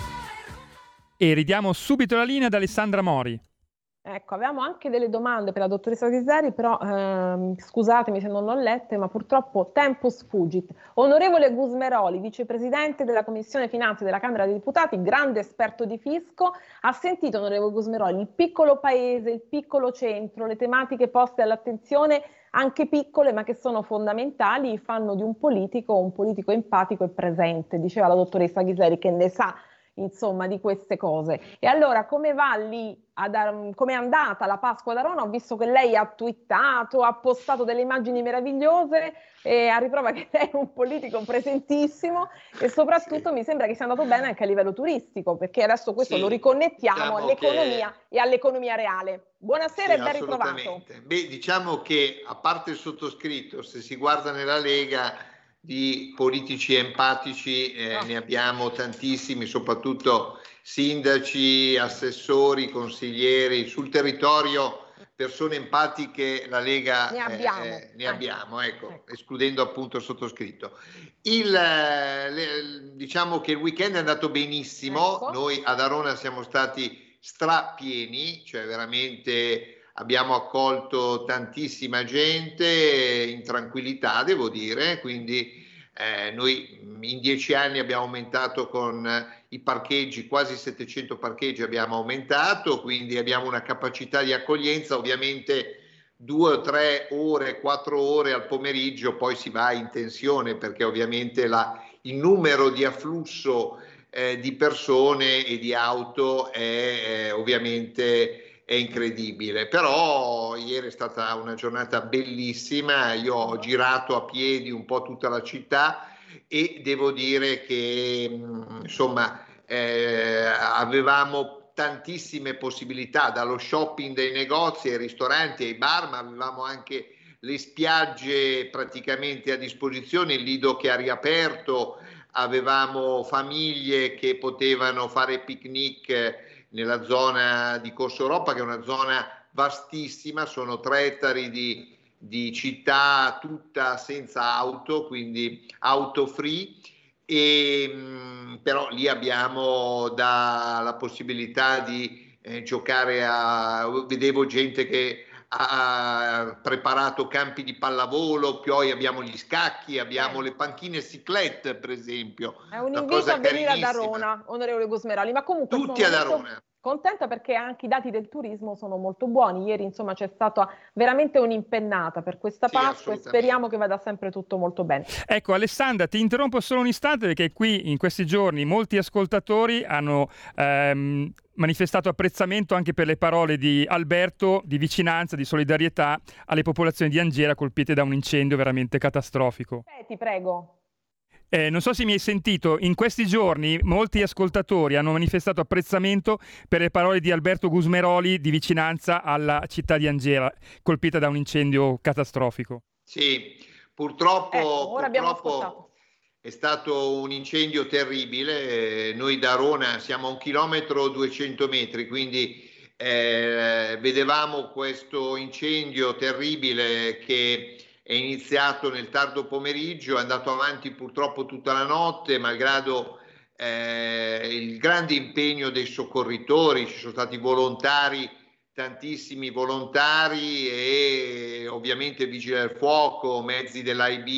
I: rumore.
B: E ridiamo subito la linea ad Alessandra Mori.
C: Ecco, avevamo anche delle domande per la dottoressa Ghiseri, però ehm, scusatemi se non l'ho lette, ma purtroppo tempo sfuggit. Onorevole Gusmeroli, vicepresidente della Commissione Finanze della Camera dei Deputati, grande esperto di fisco, ha sentito, onorevole Gusmeroli, il piccolo paese, il piccolo centro, le tematiche poste all'attenzione, anche piccole ma che sono fondamentali, fanno di un politico un politico empatico e presente, diceva la dottoressa Ghiseri, che ne sa insomma di queste cose. E allora come va lì, ad, come è andata la Pasqua da Arona? Ho visto che lei ha twittato, ha postato delle immagini meravigliose e a riprova che lei è un politico presentissimo e soprattutto sì. Mi sembra che sia andato bene anche a livello turistico, perché adesso questo sì, lo riconnettiamo diciamo all'economia che... e all'economia reale. Buonasera sì, e ben ritrovato.
J: Beh, diciamo che a parte il sottoscritto, se si guarda nella Lega di politici empatici eh, oh. ne abbiamo tantissimi, soprattutto sindaci, assessori, consiglieri sul territorio, persone empatiche la Lega
C: ne abbiamo,
J: eh, ne abbiamo ecco, ecco, escludendo appunto il sottoscritto. Il, le, diciamo che il weekend è andato benissimo, ecco. Noi ad Arona siamo stati strapieni, cioè veramente abbiamo accolto tantissima gente in tranquillità, devo dire, quindi eh, noi in dieci anni abbiamo aumentato con i parcheggi, quasi settecento parcheggi abbiamo aumentato, quindi abbiamo una capacità di accoglienza, ovviamente due o tre ore, quattro ore al pomeriggio poi si va in tensione perché ovviamente la, il numero di afflusso eh, di persone e di auto è eh, ovviamente... è incredibile, però ieri è stata una giornata bellissima, io ho girato a piedi un po' tutta la città e devo dire che insomma eh, avevamo tantissime possibilità, dallo shopping dei negozi ai ristoranti ai bar, ma avevamo anche le spiagge praticamente a disposizione, il Lido che ha riaperto, avevamo famiglie che potevano fare picnic nella zona di Corso Europa, che è una zona vastissima, sono tre ettari di, di città tutta senza auto, quindi auto free, e, mh, però lì abbiamo da, la possibilità di eh, giocare a... vedevo gente che ha preparato campi di pallavolo, poi abbiamo gli scacchi, abbiamo eh. le panchine ciclette per esempio.
C: È un invito a venire ad Arona, onorevole Gusmeroli, ma comunque
J: tutti ad Arona.
C: Contenta perché anche i dati del turismo sono molto buoni. Ieri insomma c'è stata veramente un'impennata per questa sì, Pasqua e speriamo che vada sempre tutto molto bene.
B: Ecco Alessandra, ti interrompo solo un istante perché qui in questi giorni molti ascoltatori hanno ehm, manifestato apprezzamento anche per le parole di Alberto di vicinanza, di solidarietà alle popolazioni di Angera colpite da un incendio veramente catastrofico.
C: Eh, ti prego.
B: Eh, non so se mi hai sentito, in questi giorni molti ascoltatori hanno manifestato apprezzamento per le parole di Alberto Gusmeroli di vicinanza alla città di Angera, colpita da un incendio catastrofico.
J: Sì, purtroppo,
C: ecco, ora
J: purtroppo è stato un incendio terribile. Noi da Arona siamo a un chilometro duecento metri, quindi eh, vedevamo questo incendio terribile che è iniziato nel tardo pomeriggio, è andato avanti purtroppo tutta la notte, malgrado eh, il grande impegno dei soccorritori, ci sono stati volontari, tantissimi volontari e ovviamente vigili del fuoco, mezzi dell'A I B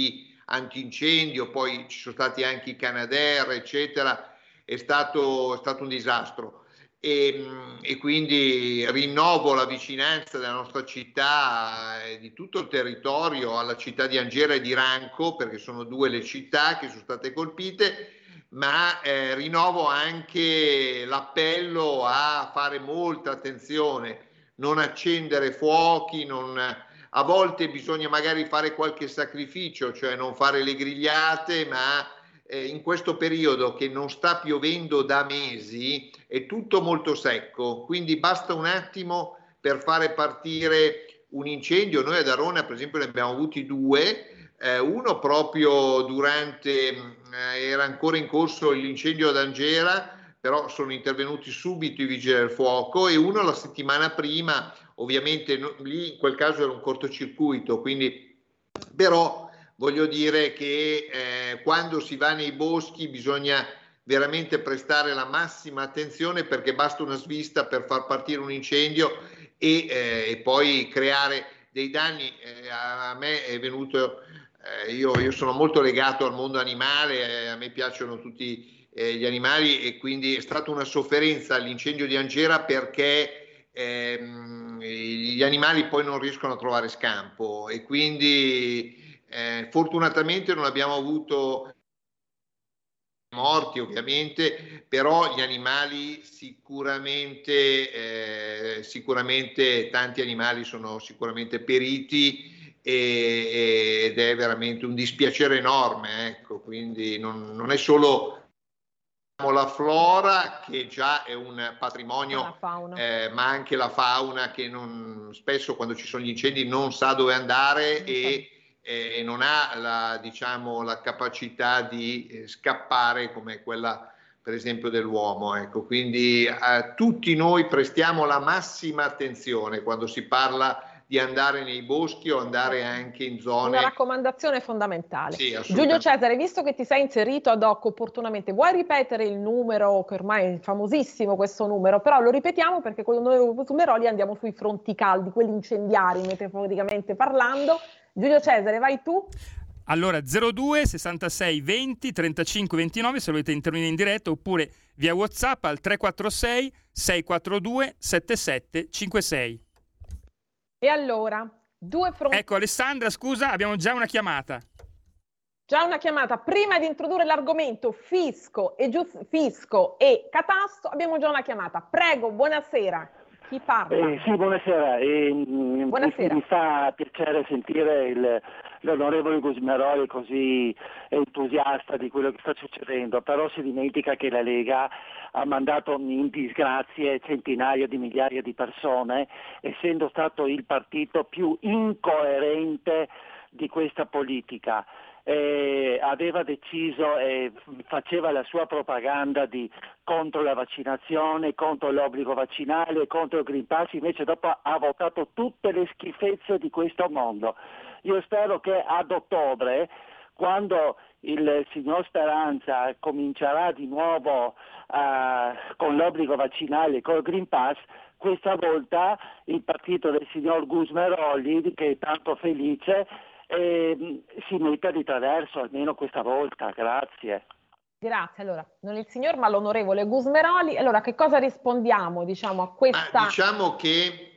J: antincendio, poi ci sono stati anche i Canadair, eccetera, è stato, è stato un disastro. E, e quindi rinnovo la vicinanza della nostra città e di tutto il territorio alla città di Angera e di Ranco, perché sono due le città che sono state colpite, ma eh, rinnovo anche l'appello a fare molta attenzione, non accendere fuochi, non, a volte bisogna magari fare qualche sacrificio, cioè non fare le grigliate, ma eh, in questo periodo che non sta piovendo da mesi è tutto molto secco, quindi basta un attimo per fare partire un incendio. Noi ad Arona per esempio ne abbiamo avuti due. Eh, uno proprio durante, eh, era ancora in corso l'incendio ad Angera, però sono intervenuti subito i vigili del fuoco, e uno la settimana prima, ovviamente no, lì in quel caso era un cortocircuito, quindi però voglio dire che eh, quando si va nei boschi bisogna veramente prestare la massima attenzione, perché basta una svista per far partire un incendio e, eh, e poi creare dei danni. Eh, a me è venuto... Eh, io, io sono molto legato al mondo animale, eh, a me piacciono tutti eh, gli animali, e quindi è stata una sofferenza l'incendio di Angera, perché ehm, gli animali poi non riescono a trovare scampo, e quindi eh, fortunatamente non abbiamo avuto morti ovviamente, però gli animali sicuramente, eh, sicuramente tanti animali sono sicuramente periti, ed è veramente un dispiacere enorme, ecco. Quindi non, non è solo la flora, che già è un patrimonio, eh, ma anche la fauna, che non, spesso quando ci sono gli incendi non sa dove andare e, eh, e non ha la, diciamo, la capacità di eh, scappare come quella per esempio dell'uomo, ecco. Quindi eh, tutti noi prestiamo la massima attenzione quando si parla di andare nei boschi o andare anche in zone...
C: Una raccomandazione fondamentale.
J: Sì,
C: Giulio Cesare, visto che ti sei inserito ad hoc opportunamente, vuoi ripetere il numero, che ormai è famosissimo questo numero, però lo ripetiamo perché con noi Fumeroli andiamo sui fronti caldi, quelli incendiari metaforicamente parlando. Giulio Cesare, vai tu.
B: Allora, zero due sessantasei venti trentacinque ventinove se volete intervenire in diretta, oppure via WhatsApp al tre quattro sei sei quattro due sette sette cinque sei.
C: E allora, due fronti...
B: Ecco, Alessandra, scusa, abbiamo già una chiamata.
C: Già una chiamata. Prima di introdurre l'argomento fisco e, giust- fisco e catasto, abbiamo già una chiamata. Prego, buonasera. Chi parla?
H: Eh, sì, buonasera. Eh,
C: buonasera.
H: Mi, mi fa piacere sentire il, l'onorevole Gusmeroli così entusiasta di quello che sta succedendo, però si dimentica che la Lega ha mandato in disgrazie centinaia di migliaia di persone, essendo stato il partito più incoerente di questa politica. Eh, aveva deciso e faceva la sua propaganda di contro la vaccinazione, contro l'obbligo vaccinale, contro il Green Pass, invece dopo ha votato tutte le schifezze di questo mondo. Io spero che ad ottobre, quando il signor Speranza comincerà di nuovo uh, con l'obbligo vaccinale, con il Green Pass, questa volta il partito del signor Gusmeroli, che è tanto felice, eh, si metta di traverso almeno questa volta. Grazie.
C: Grazie. Allora, non il signor ma l'onorevole Gusmeroli. Allora, che cosa rispondiamo, diciamo, a questa...
J: Ma diciamo che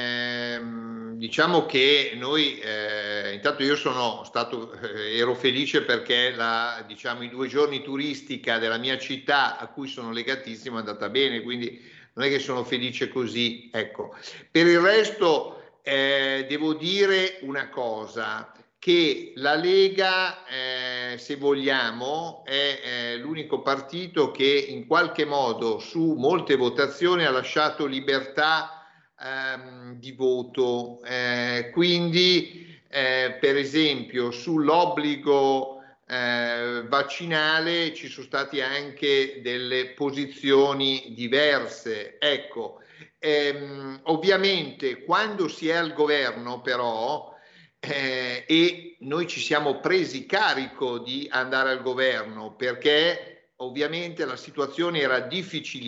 J: ehm, diciamo che noi eh, intanto io sono stato eh, ero felice perché la, diciamo, i due giorni turistica della mia città, a cui sono legatissimo, è andata bene, quindi non è che sono felice così, ecco. Per il resto eh, devo dire una cosa, che la Lega, eh, se vogliamo, è eh, l'unico partito che in qualche modo su molte votazioni ha lasciato libertà ehm, di voto. Eh, quindi, eh, per esempio, sull'obbligo eh, vaccinale ci sono state anche delle posizioni diverse. Ecco, ehm, ovviamente quando si è al governo, però, Eh, e noi ci siamo presi carico di andare al governo perché ovviamente la situazione era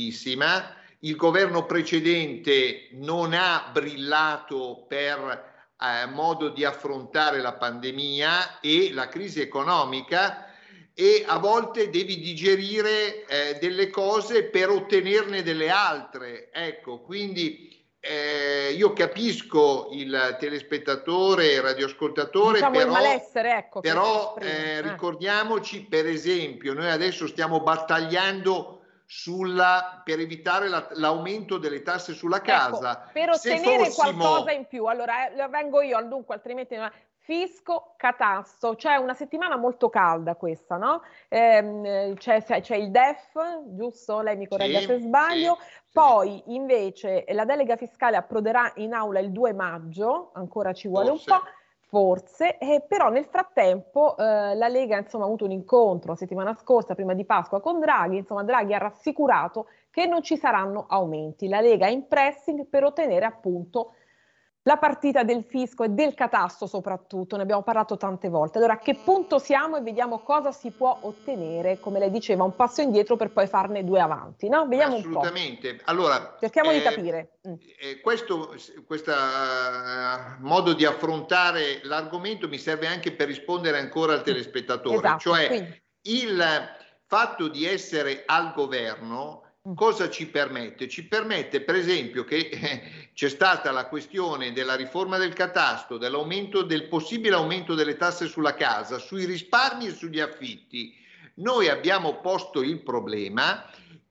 J: difficilissima, il governo precedente non ha brillato per eh, modo di affrontare la pandemia e la crisi economica, e a volte devi digerire eh, delle cose per ottenerne delle altre. Ecco, quindi eh, io capisco il telespettatore, il radioascoltatore,
C: diciamo
J: però,
C: il malessere, ecco,
J: però
C: che esprime.
J: eh,
C: Eh.
J: ricordiamoci, per esempio, noi adesso stiamo battagliando sulla, per evitare la, l'aumento delle tasse sulla casa.
C: Ecco, per
J: Se
C: ottenere
J: fossimo...
C: qualcosa in più, allora eh, vengo io al dunque, altrimenti fisco, catasto, c'è una settimana molto calda questa, no? Ehm, c'è, c'è il D E F, giusto? Lei mi corregga
J: Sì,
C: se sbaglio.
J: sì, sì.
C: Poi invece la delega fiscale approderà in aula il due maggio, ancora ci vuole
J: Forse.
C: un po'. Forse, eh, però nel frattempo eh, la Lega insomma, ha avuto un incontro la settimana scorsa, prima di Pasqua, con Draghi. Insomma, Draghi ha rassicurato che non ci saranno aumenti. La Lega è in pressing per ottenere appunto la partita del fisco e del catasto soprattutto, ne abbiamo parlato tante volte. Allora, a che punto siamo e vediamo cosa si può ottenere, come lei diceva, un passo indietro per poi farne due avanti, no? Vediamo
J: Assolutamente.
C: un po'.
J: Allora,
C: cerchiamo
J: eh,
C: di capire. Mm.
J: Eh, questo questo uh, modo di affrontare l'argomento mi serve anche per rispondere ancora al telespettatore,
C: Esatto,
J: cioè
C: quindi.
J: il fatto di essere al governo cosa ci permette? Ci permette per esempio che eh, c'è stata la questione della riforma del catasto, dell'aumento del possibile aumento delle tasse sulla casa, sui risparmi e sugli affitti. Noi abbiamo posto il problema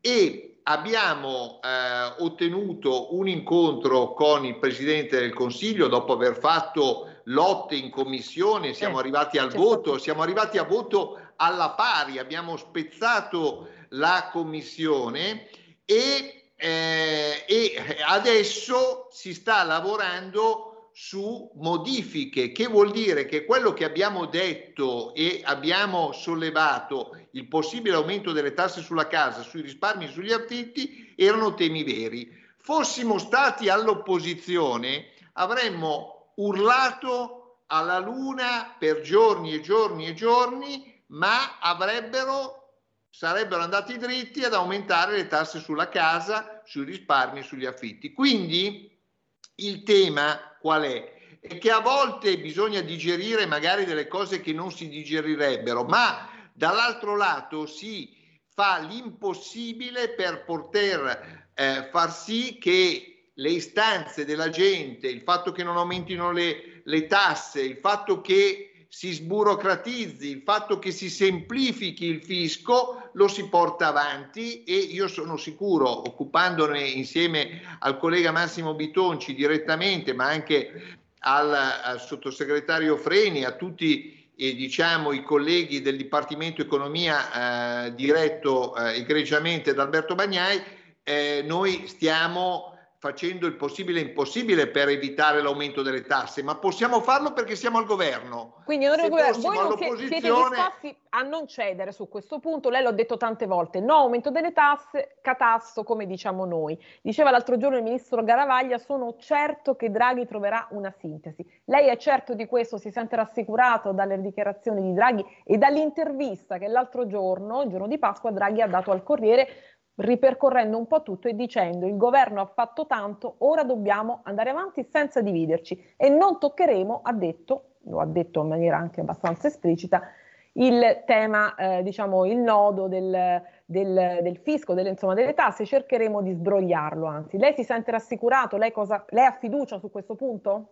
J: e abbiamo eh, ottenuto un incontro con il Presidente del Consiglio dopo aver fatto lotte in commissione, siamo
C: Eh,
J: arrivati al
C: c'è
J: voto,
C: stato.
J: siamo arrivati a voto alla pari, abbiamo spezzato la commissione e, eh, e adesso si sta lavorando su modifiche, che vuol dire che quello che abbiamo detto e abbiamo sollevato, il possibile aumento delle tasse sulla casa, sui risparmi e sugli affitti, erano temi veri. Fossimo stati all'opposizione avremmo urlato alla luna per giorni e giorni e giorni, ma avrebbero sarebbero andati dritti ad aumentare le tasse sulla casa, sui risparmi e sugli affitti. Quindi il tema qual è? È che a volte bisogna digerire magari delle cose che non si digerirebbero, ma dall'altro lato si fa l'impossibile per poter eh, far sì che le istanze della gente, il fatto che non aumentino le, le tasse, il fatto che si sburocratizzi, il fatto che si semplifichi il fisco, lo si porta avanti, e io sono sicuro, occupandone insieme al collega Massimo Bitonci direttamente, ma anche al, al sottosegretario Freni, a tutti eh, diciamo, i colleghi del Dipartimento Economia eh, diretto eh, egregiamente da Alberto Bagnai, eh, noi stiamo facendo il possibile e impossibile per evitare l'aumento delle tasse, ma possiamo farlo perché siamo al governo.
C: Quindi onorevole, voi non
J: all'opposizione...
C: siete disposti a non cedere su questo punto. Lei l'ho detto tante volte, no aumento delle tasse, catasto come diciamo noi. Diceva l'altro giorno il ministro Garavaglia, sono certo che Draghi troverà una sintesi. Lei è certo di questo? Si sente rassicurato dalle dichiarazioni di Draghi e dall'intervista che l'altro giorno, il giorno di Pasqua, Draghi ha dato al Corriere, ripercorrendo un po' tutto e dicendo: il governo ha fatto tanto, ora dobbiamo andare avanti senza dividerci e non toccheremo, ha detto, lo ha detto in maniera anche abbastanza esplicita, il tema, eh, diciamo il nodo del, del, del fisco, delle, insomma, delle tasse, cercheremo di sbrogliarlo, anzi. Lei si sente rassicurato? Lei, cosa, lei ha fiducia su questo punto?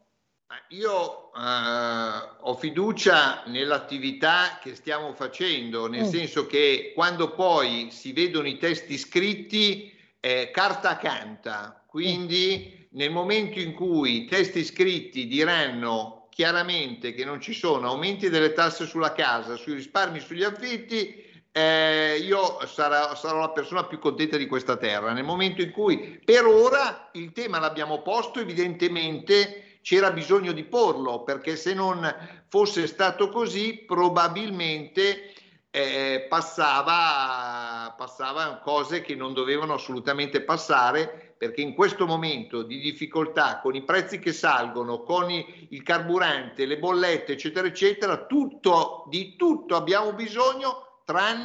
J: Io eh, ho fiducia nell'attività che stiamo facendo, nel mm. senso che quando poi si vedono i testi scritti, eh, carta canta, quindi mm. nel momento in cui i testi scritti diranno chiaramente che non ci sono aumenti delle tasse sulla casa, sui risparmi, sugli affitti, eh, io sarò, sarò la persona più contenta di questa terra. Nel momento in cui per ora il tema l'abbiamo posto, evidentemente c'era bisogno di porlo, perché se non fosse stato così probabilmente eh, passava, passava cose che non dovevano assolutamente passare, perché in questo momento di difficoltà, con i prezzi che salgono, con i, il carburante, le bollette eccetera eccetera, tutto, di tutto abbiamo bisogno tranne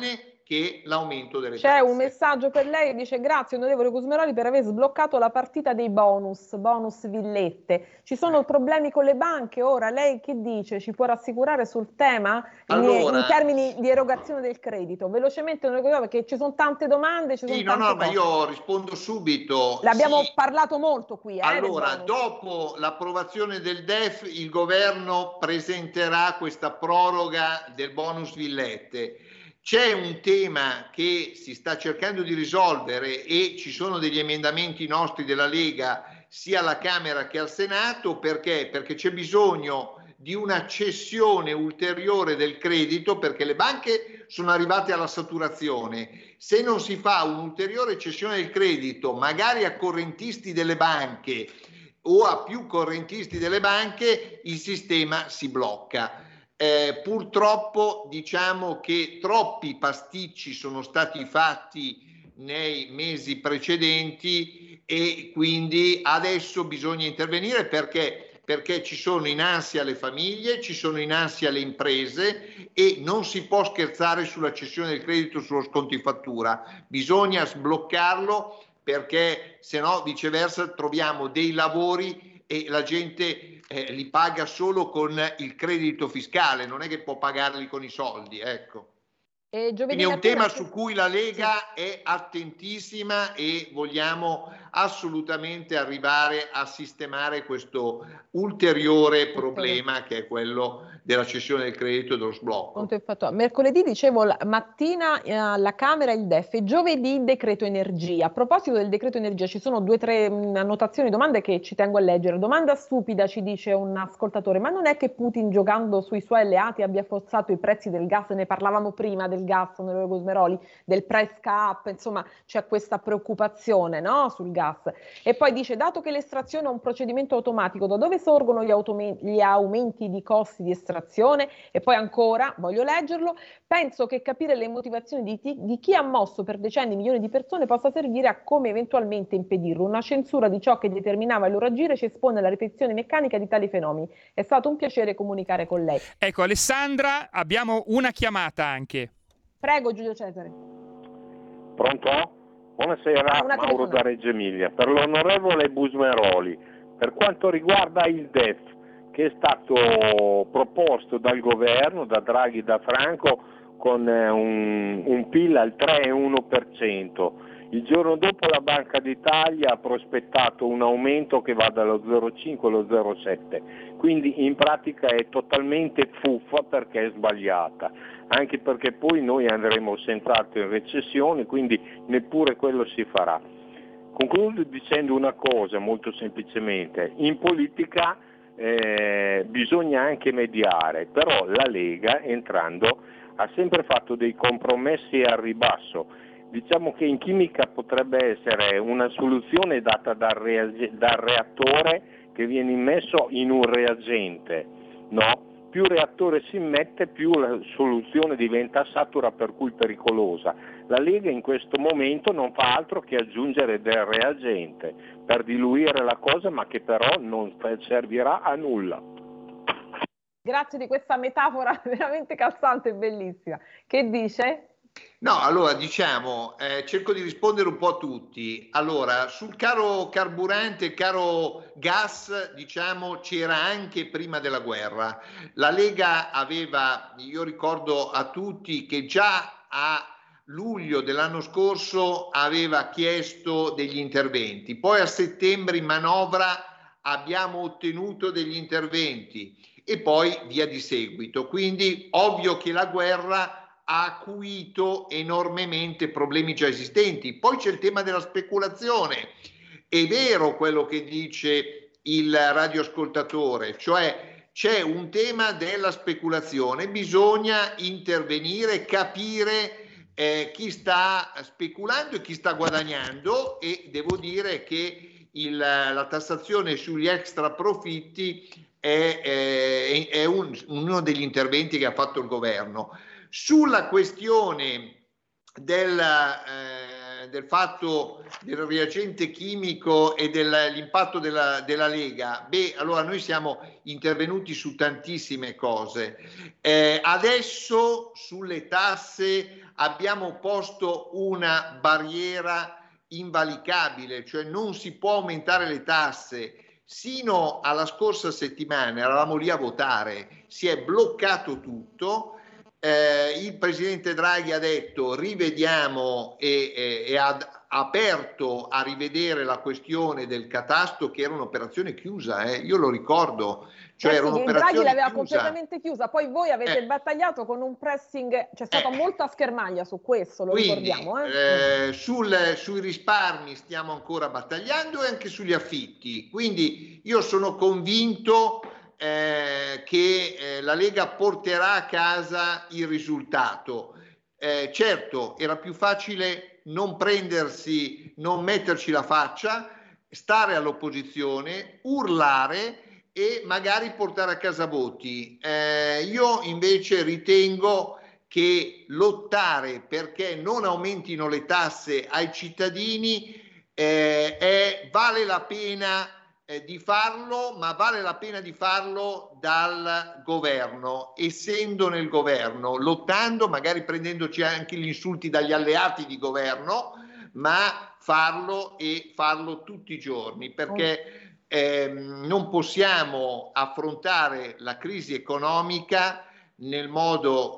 J: che l'aumento delle
C: C'è
J: tasse.
C: un messaggio per lei, dice: grazie onorevole Cusmeroli per aver sbloccato la partita dei bonus, bonus villette. Ci sono problemi con le banche ora? Lei che dice? Ci può rassicurare sul tema in-
J: Allora-
C: in termini di erogazione del credito? Velocemente, onorevole, perché ci sono tante domande, ci sono
J: Sì, no,
C: tante
J: no, ma
C: cose.
J: io rispondo subito.
C: L'abbiamo
J: Sì.
C: parlato molto qui, eh,
J: Allora,
C: del bonus.
J: dopo l'approvazione del D E F, il governo presenterà questa proroga del bonus villette. C'è un tema che si sta cercando di risolvere e ci sono degli emendamenti nostri della Lega sia alla Camera che al Senato. Perché? Perché c'è bisogno di una cessione ulteriore del credito, perché le banche sono arrivate alla saturazione. Se non si fa un'ulteriore cessione del credito, magari a correntisti delle banche o a più correntisti delle banche, il sistema si blocca. Eh, purtroppo diciamo che troppi pasticci sono stati fatti nei mesi precedenti e quindi adesso bisogna intervenire perché perché ci sono in ansia le famiglie, ci sono in ansia le imprese e non si può scherzare sulla cessione del credito, sullo sconto in fattura. Bisogna sbloccarlo perché se no viceversa troviamo dei lavori e la gente eh, li paga solo con il credito fiscale, non è che può pagarli con i soldi, ecco.
C: E
J: Quindi è un
C: mattina...
J: tema su cui la Lega è attentissima e vogliamo assolutamente arrivare a sistemare questo ulteriore problema che è quello della cessione del credito e dello sblocco.
C: Mercoledì dicevo la mattina eh, alla Camera il D E F e giovedì il decreto energia. A proposito del decreto energia ci sono due o tre mh, annotazioni, domande che ci tengo a leggere. Domanda stupida, ci dice un ascoltatore: ma non è che Putin giocando sui suoi alleati abbia forzato i prezzi del gas? Ne parlavamo prima del gas, onorevole Cusmeroli, del price cap, insomma c'è questa preoccupazione, no, sul gas. E poi dice: dato che l'estrazione è un procedimento automatico, da dove sorgono gli, autome- gli aumenti di costi di estrazione? E poi ancora, voglio leggerlo, penso che capire le motivazioni di, ti- di chi ha mosso per decenni milioni di persone possa servire a come eventualmente impedirlo. Una censura di ciò che determinava il loro agire ci espone alla ripetizione meccanica di tali fenomeni. È stato un piacere comunicare con lei.
B: Ecco, Alessandra, abbiamo una chiamata anche.
C: Prego, Giulio Cesare.
K: Pronto? Buonasera,
C: Una
K: Mauro da Reggio Emilia. Per l'onorevole Cusmeroli, per quanto riguarda il D E F che è stato proposto dal governo, da Draghi e da Franco, con un, un P I L al tre virgola uno per cento, il giorno dopo la Banca d'Italia ha prospettato un aumento che va dallo zero virgola cinque allo zero virgola sette, quindi in pratica è totalmente fuffa perché è sbagliata, anche perché poi noi andremo senz'altro in recessione, quindi neppure quello si farà. Concludo dicendo una cosa molto semplicemente: in politica eh, bisogna anche mediare, però la Lega entrando ha sempre fatto dei compromessi al ribasso. Diciamo che in chimica potrebbe essere una soluzione data dal, reage- dal reattore che viene immesso in un reagente, no? Più reattore si immette, più la soluzione diventa satura, per cui pericolosa. La Lega in questo momento non fa altro che aggiungere del reagente per diluire la cosa, ma che però non servirà a nulla.
C: Grazie di questa metafora veramente calzante e bellissima. Che dice?
J: No, allora diciamo, eh, cerco di rispondere un po' a tutti. Allora, sul caro carburante e caro gas, diciamo, c'era anche prima della guerra. La Lega aveva, io ricordo a tutti che già a luglio dell'anno scorso aveva chiesto degli interventi, poi a settembre in manovra abbiamo ottenuto degli interventi e poi via di seguito. Quindi ovvio che la guerra ha acuito enormemente problemi già esistenti. Poi c'è il tema della speculazione. È vero quello che dice il radioascoltatore, cioè c'è un tema della speculazione, bisogna intervenire, capire eh, chi sta speculando e chi sta guadagnando, e devo dire che il, la tassazione sugli extra profitti è, è, è un, uno degli interventi che ha fatto il governo. Sulla questione del, eh, del fatto del reagente chimico e dell'impatto della, della Lega, beh, allora noi siamo intervenuti su tantissime cose. Eh, adesso sulle tasse abbiamo posto una barriera invalicabile, cioè non si può aumentare le tasse. Sino alla scorsa settimana eravamo lì a votare, si è bloccato tutto, eh, il presidente Draghi ha detto rivediamo e, e, e ha aperto a rivedere la questione del catasto, che era un'operazione chiusa, eh, io lo ricordo. Cioè,
C: eh
J: era
C: sì,
J: un'operazione
C: Draghi l'aveva
J: chiusa.
C: completamente chiusa, poi voi avete
J: eh.
C: battagliato con un pressing, c'è stata
J: eh.
C: molta schermaglia su questo, lo
J: Quindi,
C: ricordiamo. Eh?
J: Eh, sul, sui risparmi stiamo ancora battagliando e anche sugli affitti, quindi io sono convinto eh, che eh, la Lega porterà a casa il risultato. Eh, certo, era più facile non prendersi, non metterci la faccia, stare all'opposizione, urlare e magari portare a casa voti. Eh, io invece ritengo che lottare perché non aumentino le tasse ai cittadini eh, è, vale la pena eh, di farlo, ma vale la pena di farlo dal governo, essendo nel governo, lottando, magari prendendoci anche gli insulti dagli alleati di governo, ma farlo e farlo tutti i giorni, perché Eh, non possiamo affrontare la crisi economica nel modo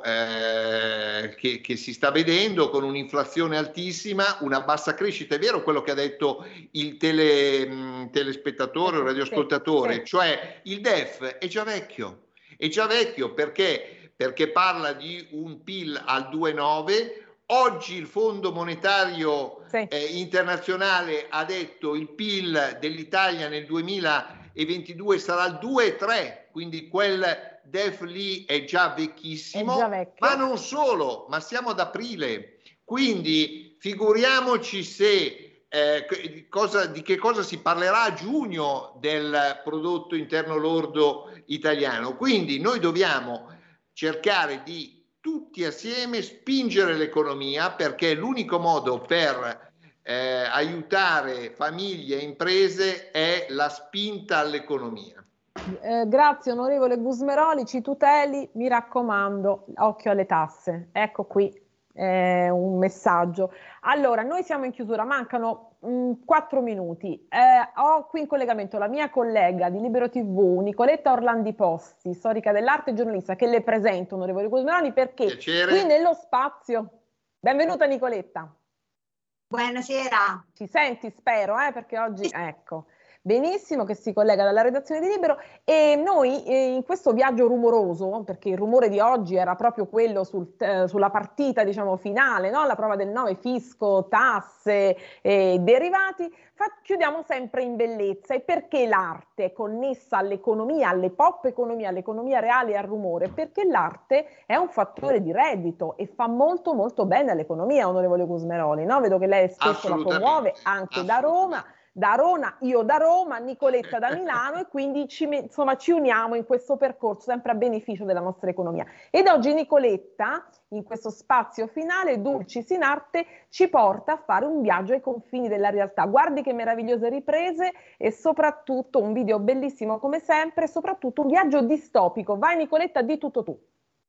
J: eh, che, che si sta vedendo, con un'inflazione altissima, una bassa crescita. È vero quello che ha detto il tele, mh, telespettatore o radioascoltatore, sì, sì. Cioè il D E F è già vecchio, è già vecchio perché, perché parla di un P I L al due virgola nove. Oggi il Fondo Monetario sì. eh, Internazionale ha detto il P I L dell'Italia nel duemilaventidue sarà il due virgola tre, quindi quel D E F lì è già vecchissimo, è già ma non solo, ma siamo ad aprile, quindi figuriamoci se eh, cosa, di che cosa si parlerà a giugno del prodotto interno lordo italiano. Quindi noi dobbiamo cercare di tutti assieme spingere l'economia, perché l'unico modo per eh, aiutare famiglie e imprese è la spinta all'economia.
C: Eh, grazie onorevole Gusmeroli, ci tuteli, mi raccomando, occhio alle tasse. Ecco qui eh, un messaggio. Allora, noi siamo in chiusura, mancano quattro minuti. Eh, ho qui in collegamento la mia collega di Libero tivù, Nicoletta Orlandi Posti, storica dell'arte e giornalista, che le presento, onorevole Gusmeroli, perché Piacere. Qui nello spazio... Benvenuta Nicoletta.
L: Buonasera.
C: Ci senti, spero, eh, perché oggi... Ecco. Benissimo, che si collega dalla redazione di Libero, e noi eh, in questo viaggio rumoroso, perché il rumore di oggi era proprio quello sul, eh, sulla partita, diciamo, finale, no? La prova del nove, fisco, tasse e derivati, fa, chiudiamo sempre in bellezza. E perché l'arte è connessa all'economia, alle pop economia, all'economia reale e al rumore? Perché l'arte è un fattore di reddito e fa molto molto bene all'economia, onorevole Gusmeroli, no? Vedo che lei spesso la promuove anche da Roma. Da Roma, io da Roma, Nicoletta da Milano, e quindi ci, insomma, ci uniamo in questo percorso sempre a beneficio della nostra economia. Ed oggi Nicoletta, in questo spazio finale, Dulcis in Arte, ci porta a fare un viaggio ai confini della realtà. Guardi che meravigliose riprese e soprattutto un video bellissimo come sempre, e soprattutto un viaggio distopico. Vai Nicoletta, di tutto tu.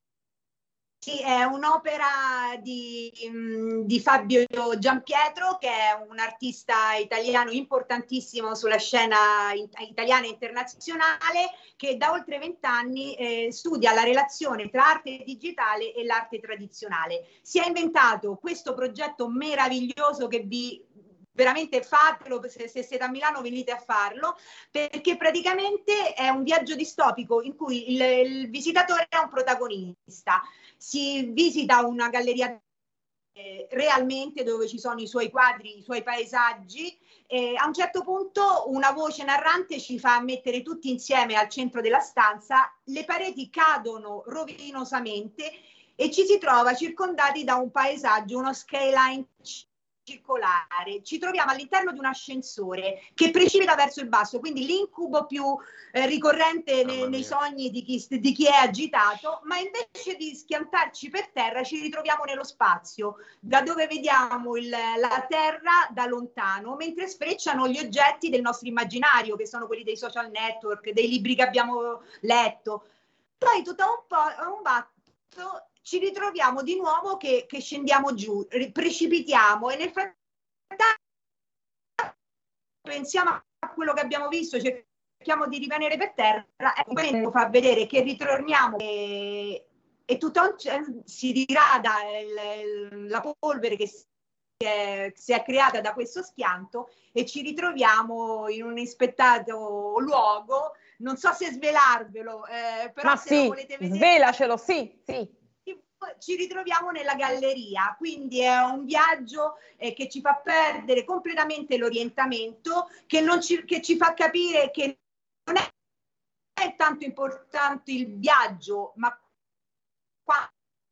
L: Sì, è un'opera di, di Fabio Giampietro, che è un artista italiano importantissimo sulla scena italiana e internazionale, che da oltre vent'anni eh, studia la relazione tra arte digitale e l'arte tradizionale. Si è inventato questo progetto meraviglioso che vi... veramente fatelo, se, se siete a Milano venite a farlo, perché praticamente è un viaggio distopico in cui il, il visitatore è un protagonista. Si visita una galleria eh, realmente, dove ci sono i suoi quadri, i suoi paesaggi, e a un certo punto una voce narrante ci fa mettere tutti insieme al centro della stanza, le pareti cadono rovinosamente e ci si trova circondati da un paesaggio, uno skyline circolare, ci troviamo all'interno di un ascensore che precipita verso il basso, quindi l'incubo più eh, ricorrente ne, nei sogni di chi, di chi è agitato, ma invece di schiantarci per terra ci ritroviamo nello spazio, da dove vediamo il, la terra da lontano, mentre sfrecciano gli oggetti del nostro immaginario, che sono quelli dei social network, dei libri che abbiamo letto. Poi tutto a un po' a un batto ci ritroviamo di nuovo che, che scendiamo giù, precipitiamo e nel frattempo pensiamo a quello che abbiamo visto, cerchiamo di rimanere per terra e questo fa vedere che ritorniamo e, e tutto a un, si dirada il, il, la polvere che si è, si è creata da questo schianto e ci ritroviamo in un inaspettato luogo. Non so se svelarvelo, eh, però
C: ma
L: se
C: sì,
L: lo volete vedere,
C: svelacelo, sì, sì.
L: Ci ritroviamo nella galleria, quindi è un viaggio eh, che ci fa perdere completamente l'orientamento, che, non ci, che ci fa capire che non è, è tanto importante il viaggio, ma qua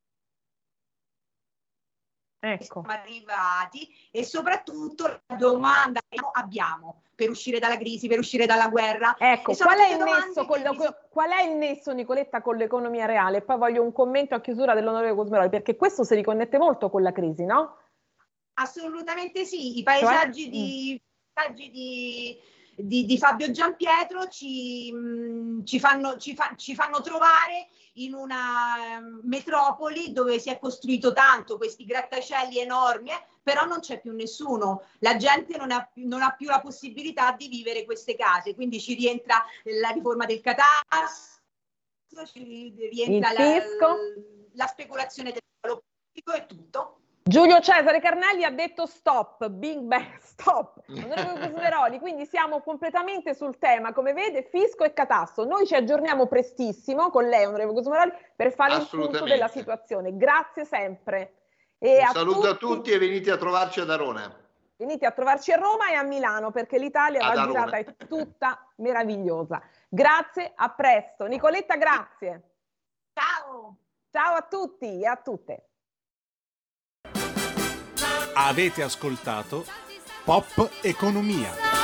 C: ecco.
L: siamo arrivati e soprattutto la domanda che abbiamo per uscire dalla crisi, per uscire dalla guerra.
C: Ecco, qual è, il nesso con lo, qual è il nesso, Nicoletta, con l'economia reale? E poi voglio un commento a chiusura dell'onorevole Cosmeroli, perché questo si riconnette molto con la crisi, no?
L: Assolutamente sì, i paesaggi, cioè? di, paesaggi di, di, di Fabio Giampietro ci, mh, ci, fanno, ci, fa, ci fanno trovare in una metropoli dove si è costruito tanto, questi grattacieli enormi, eh, però non c'è più nessuno, la gente non ha, non ha più la possibilità di vivere queste case, quindi ci rientra la riforma del catasto, ci rientra la, la speculazione del suolo pubblico e tutto.
C: Giulio Cesare Carnelli ha detto stop, Big Bang, stop. Onorevole Cosmeroli, quindi siamo completamente sul tema, come vede, fisco e catasto. Noi ci aggiorniamo prestissimo con lei, onorevole Cosmeroli, per fare il punto della situazione. Grazie sempre. E
J: un
C: a
J: saluto
C: tutti,
J: a tutti e venite a trovarci ad Arona.
C: Venite a trovarci a Roma e a Milano, perché l'Italia va girata, è tutta meravigliosa. Grazie, a presto. Nicoletta, grazie.
L: Ciao.
C: Ciao a tutti e a tutte.
A: Avete ascoltato Pop Economia.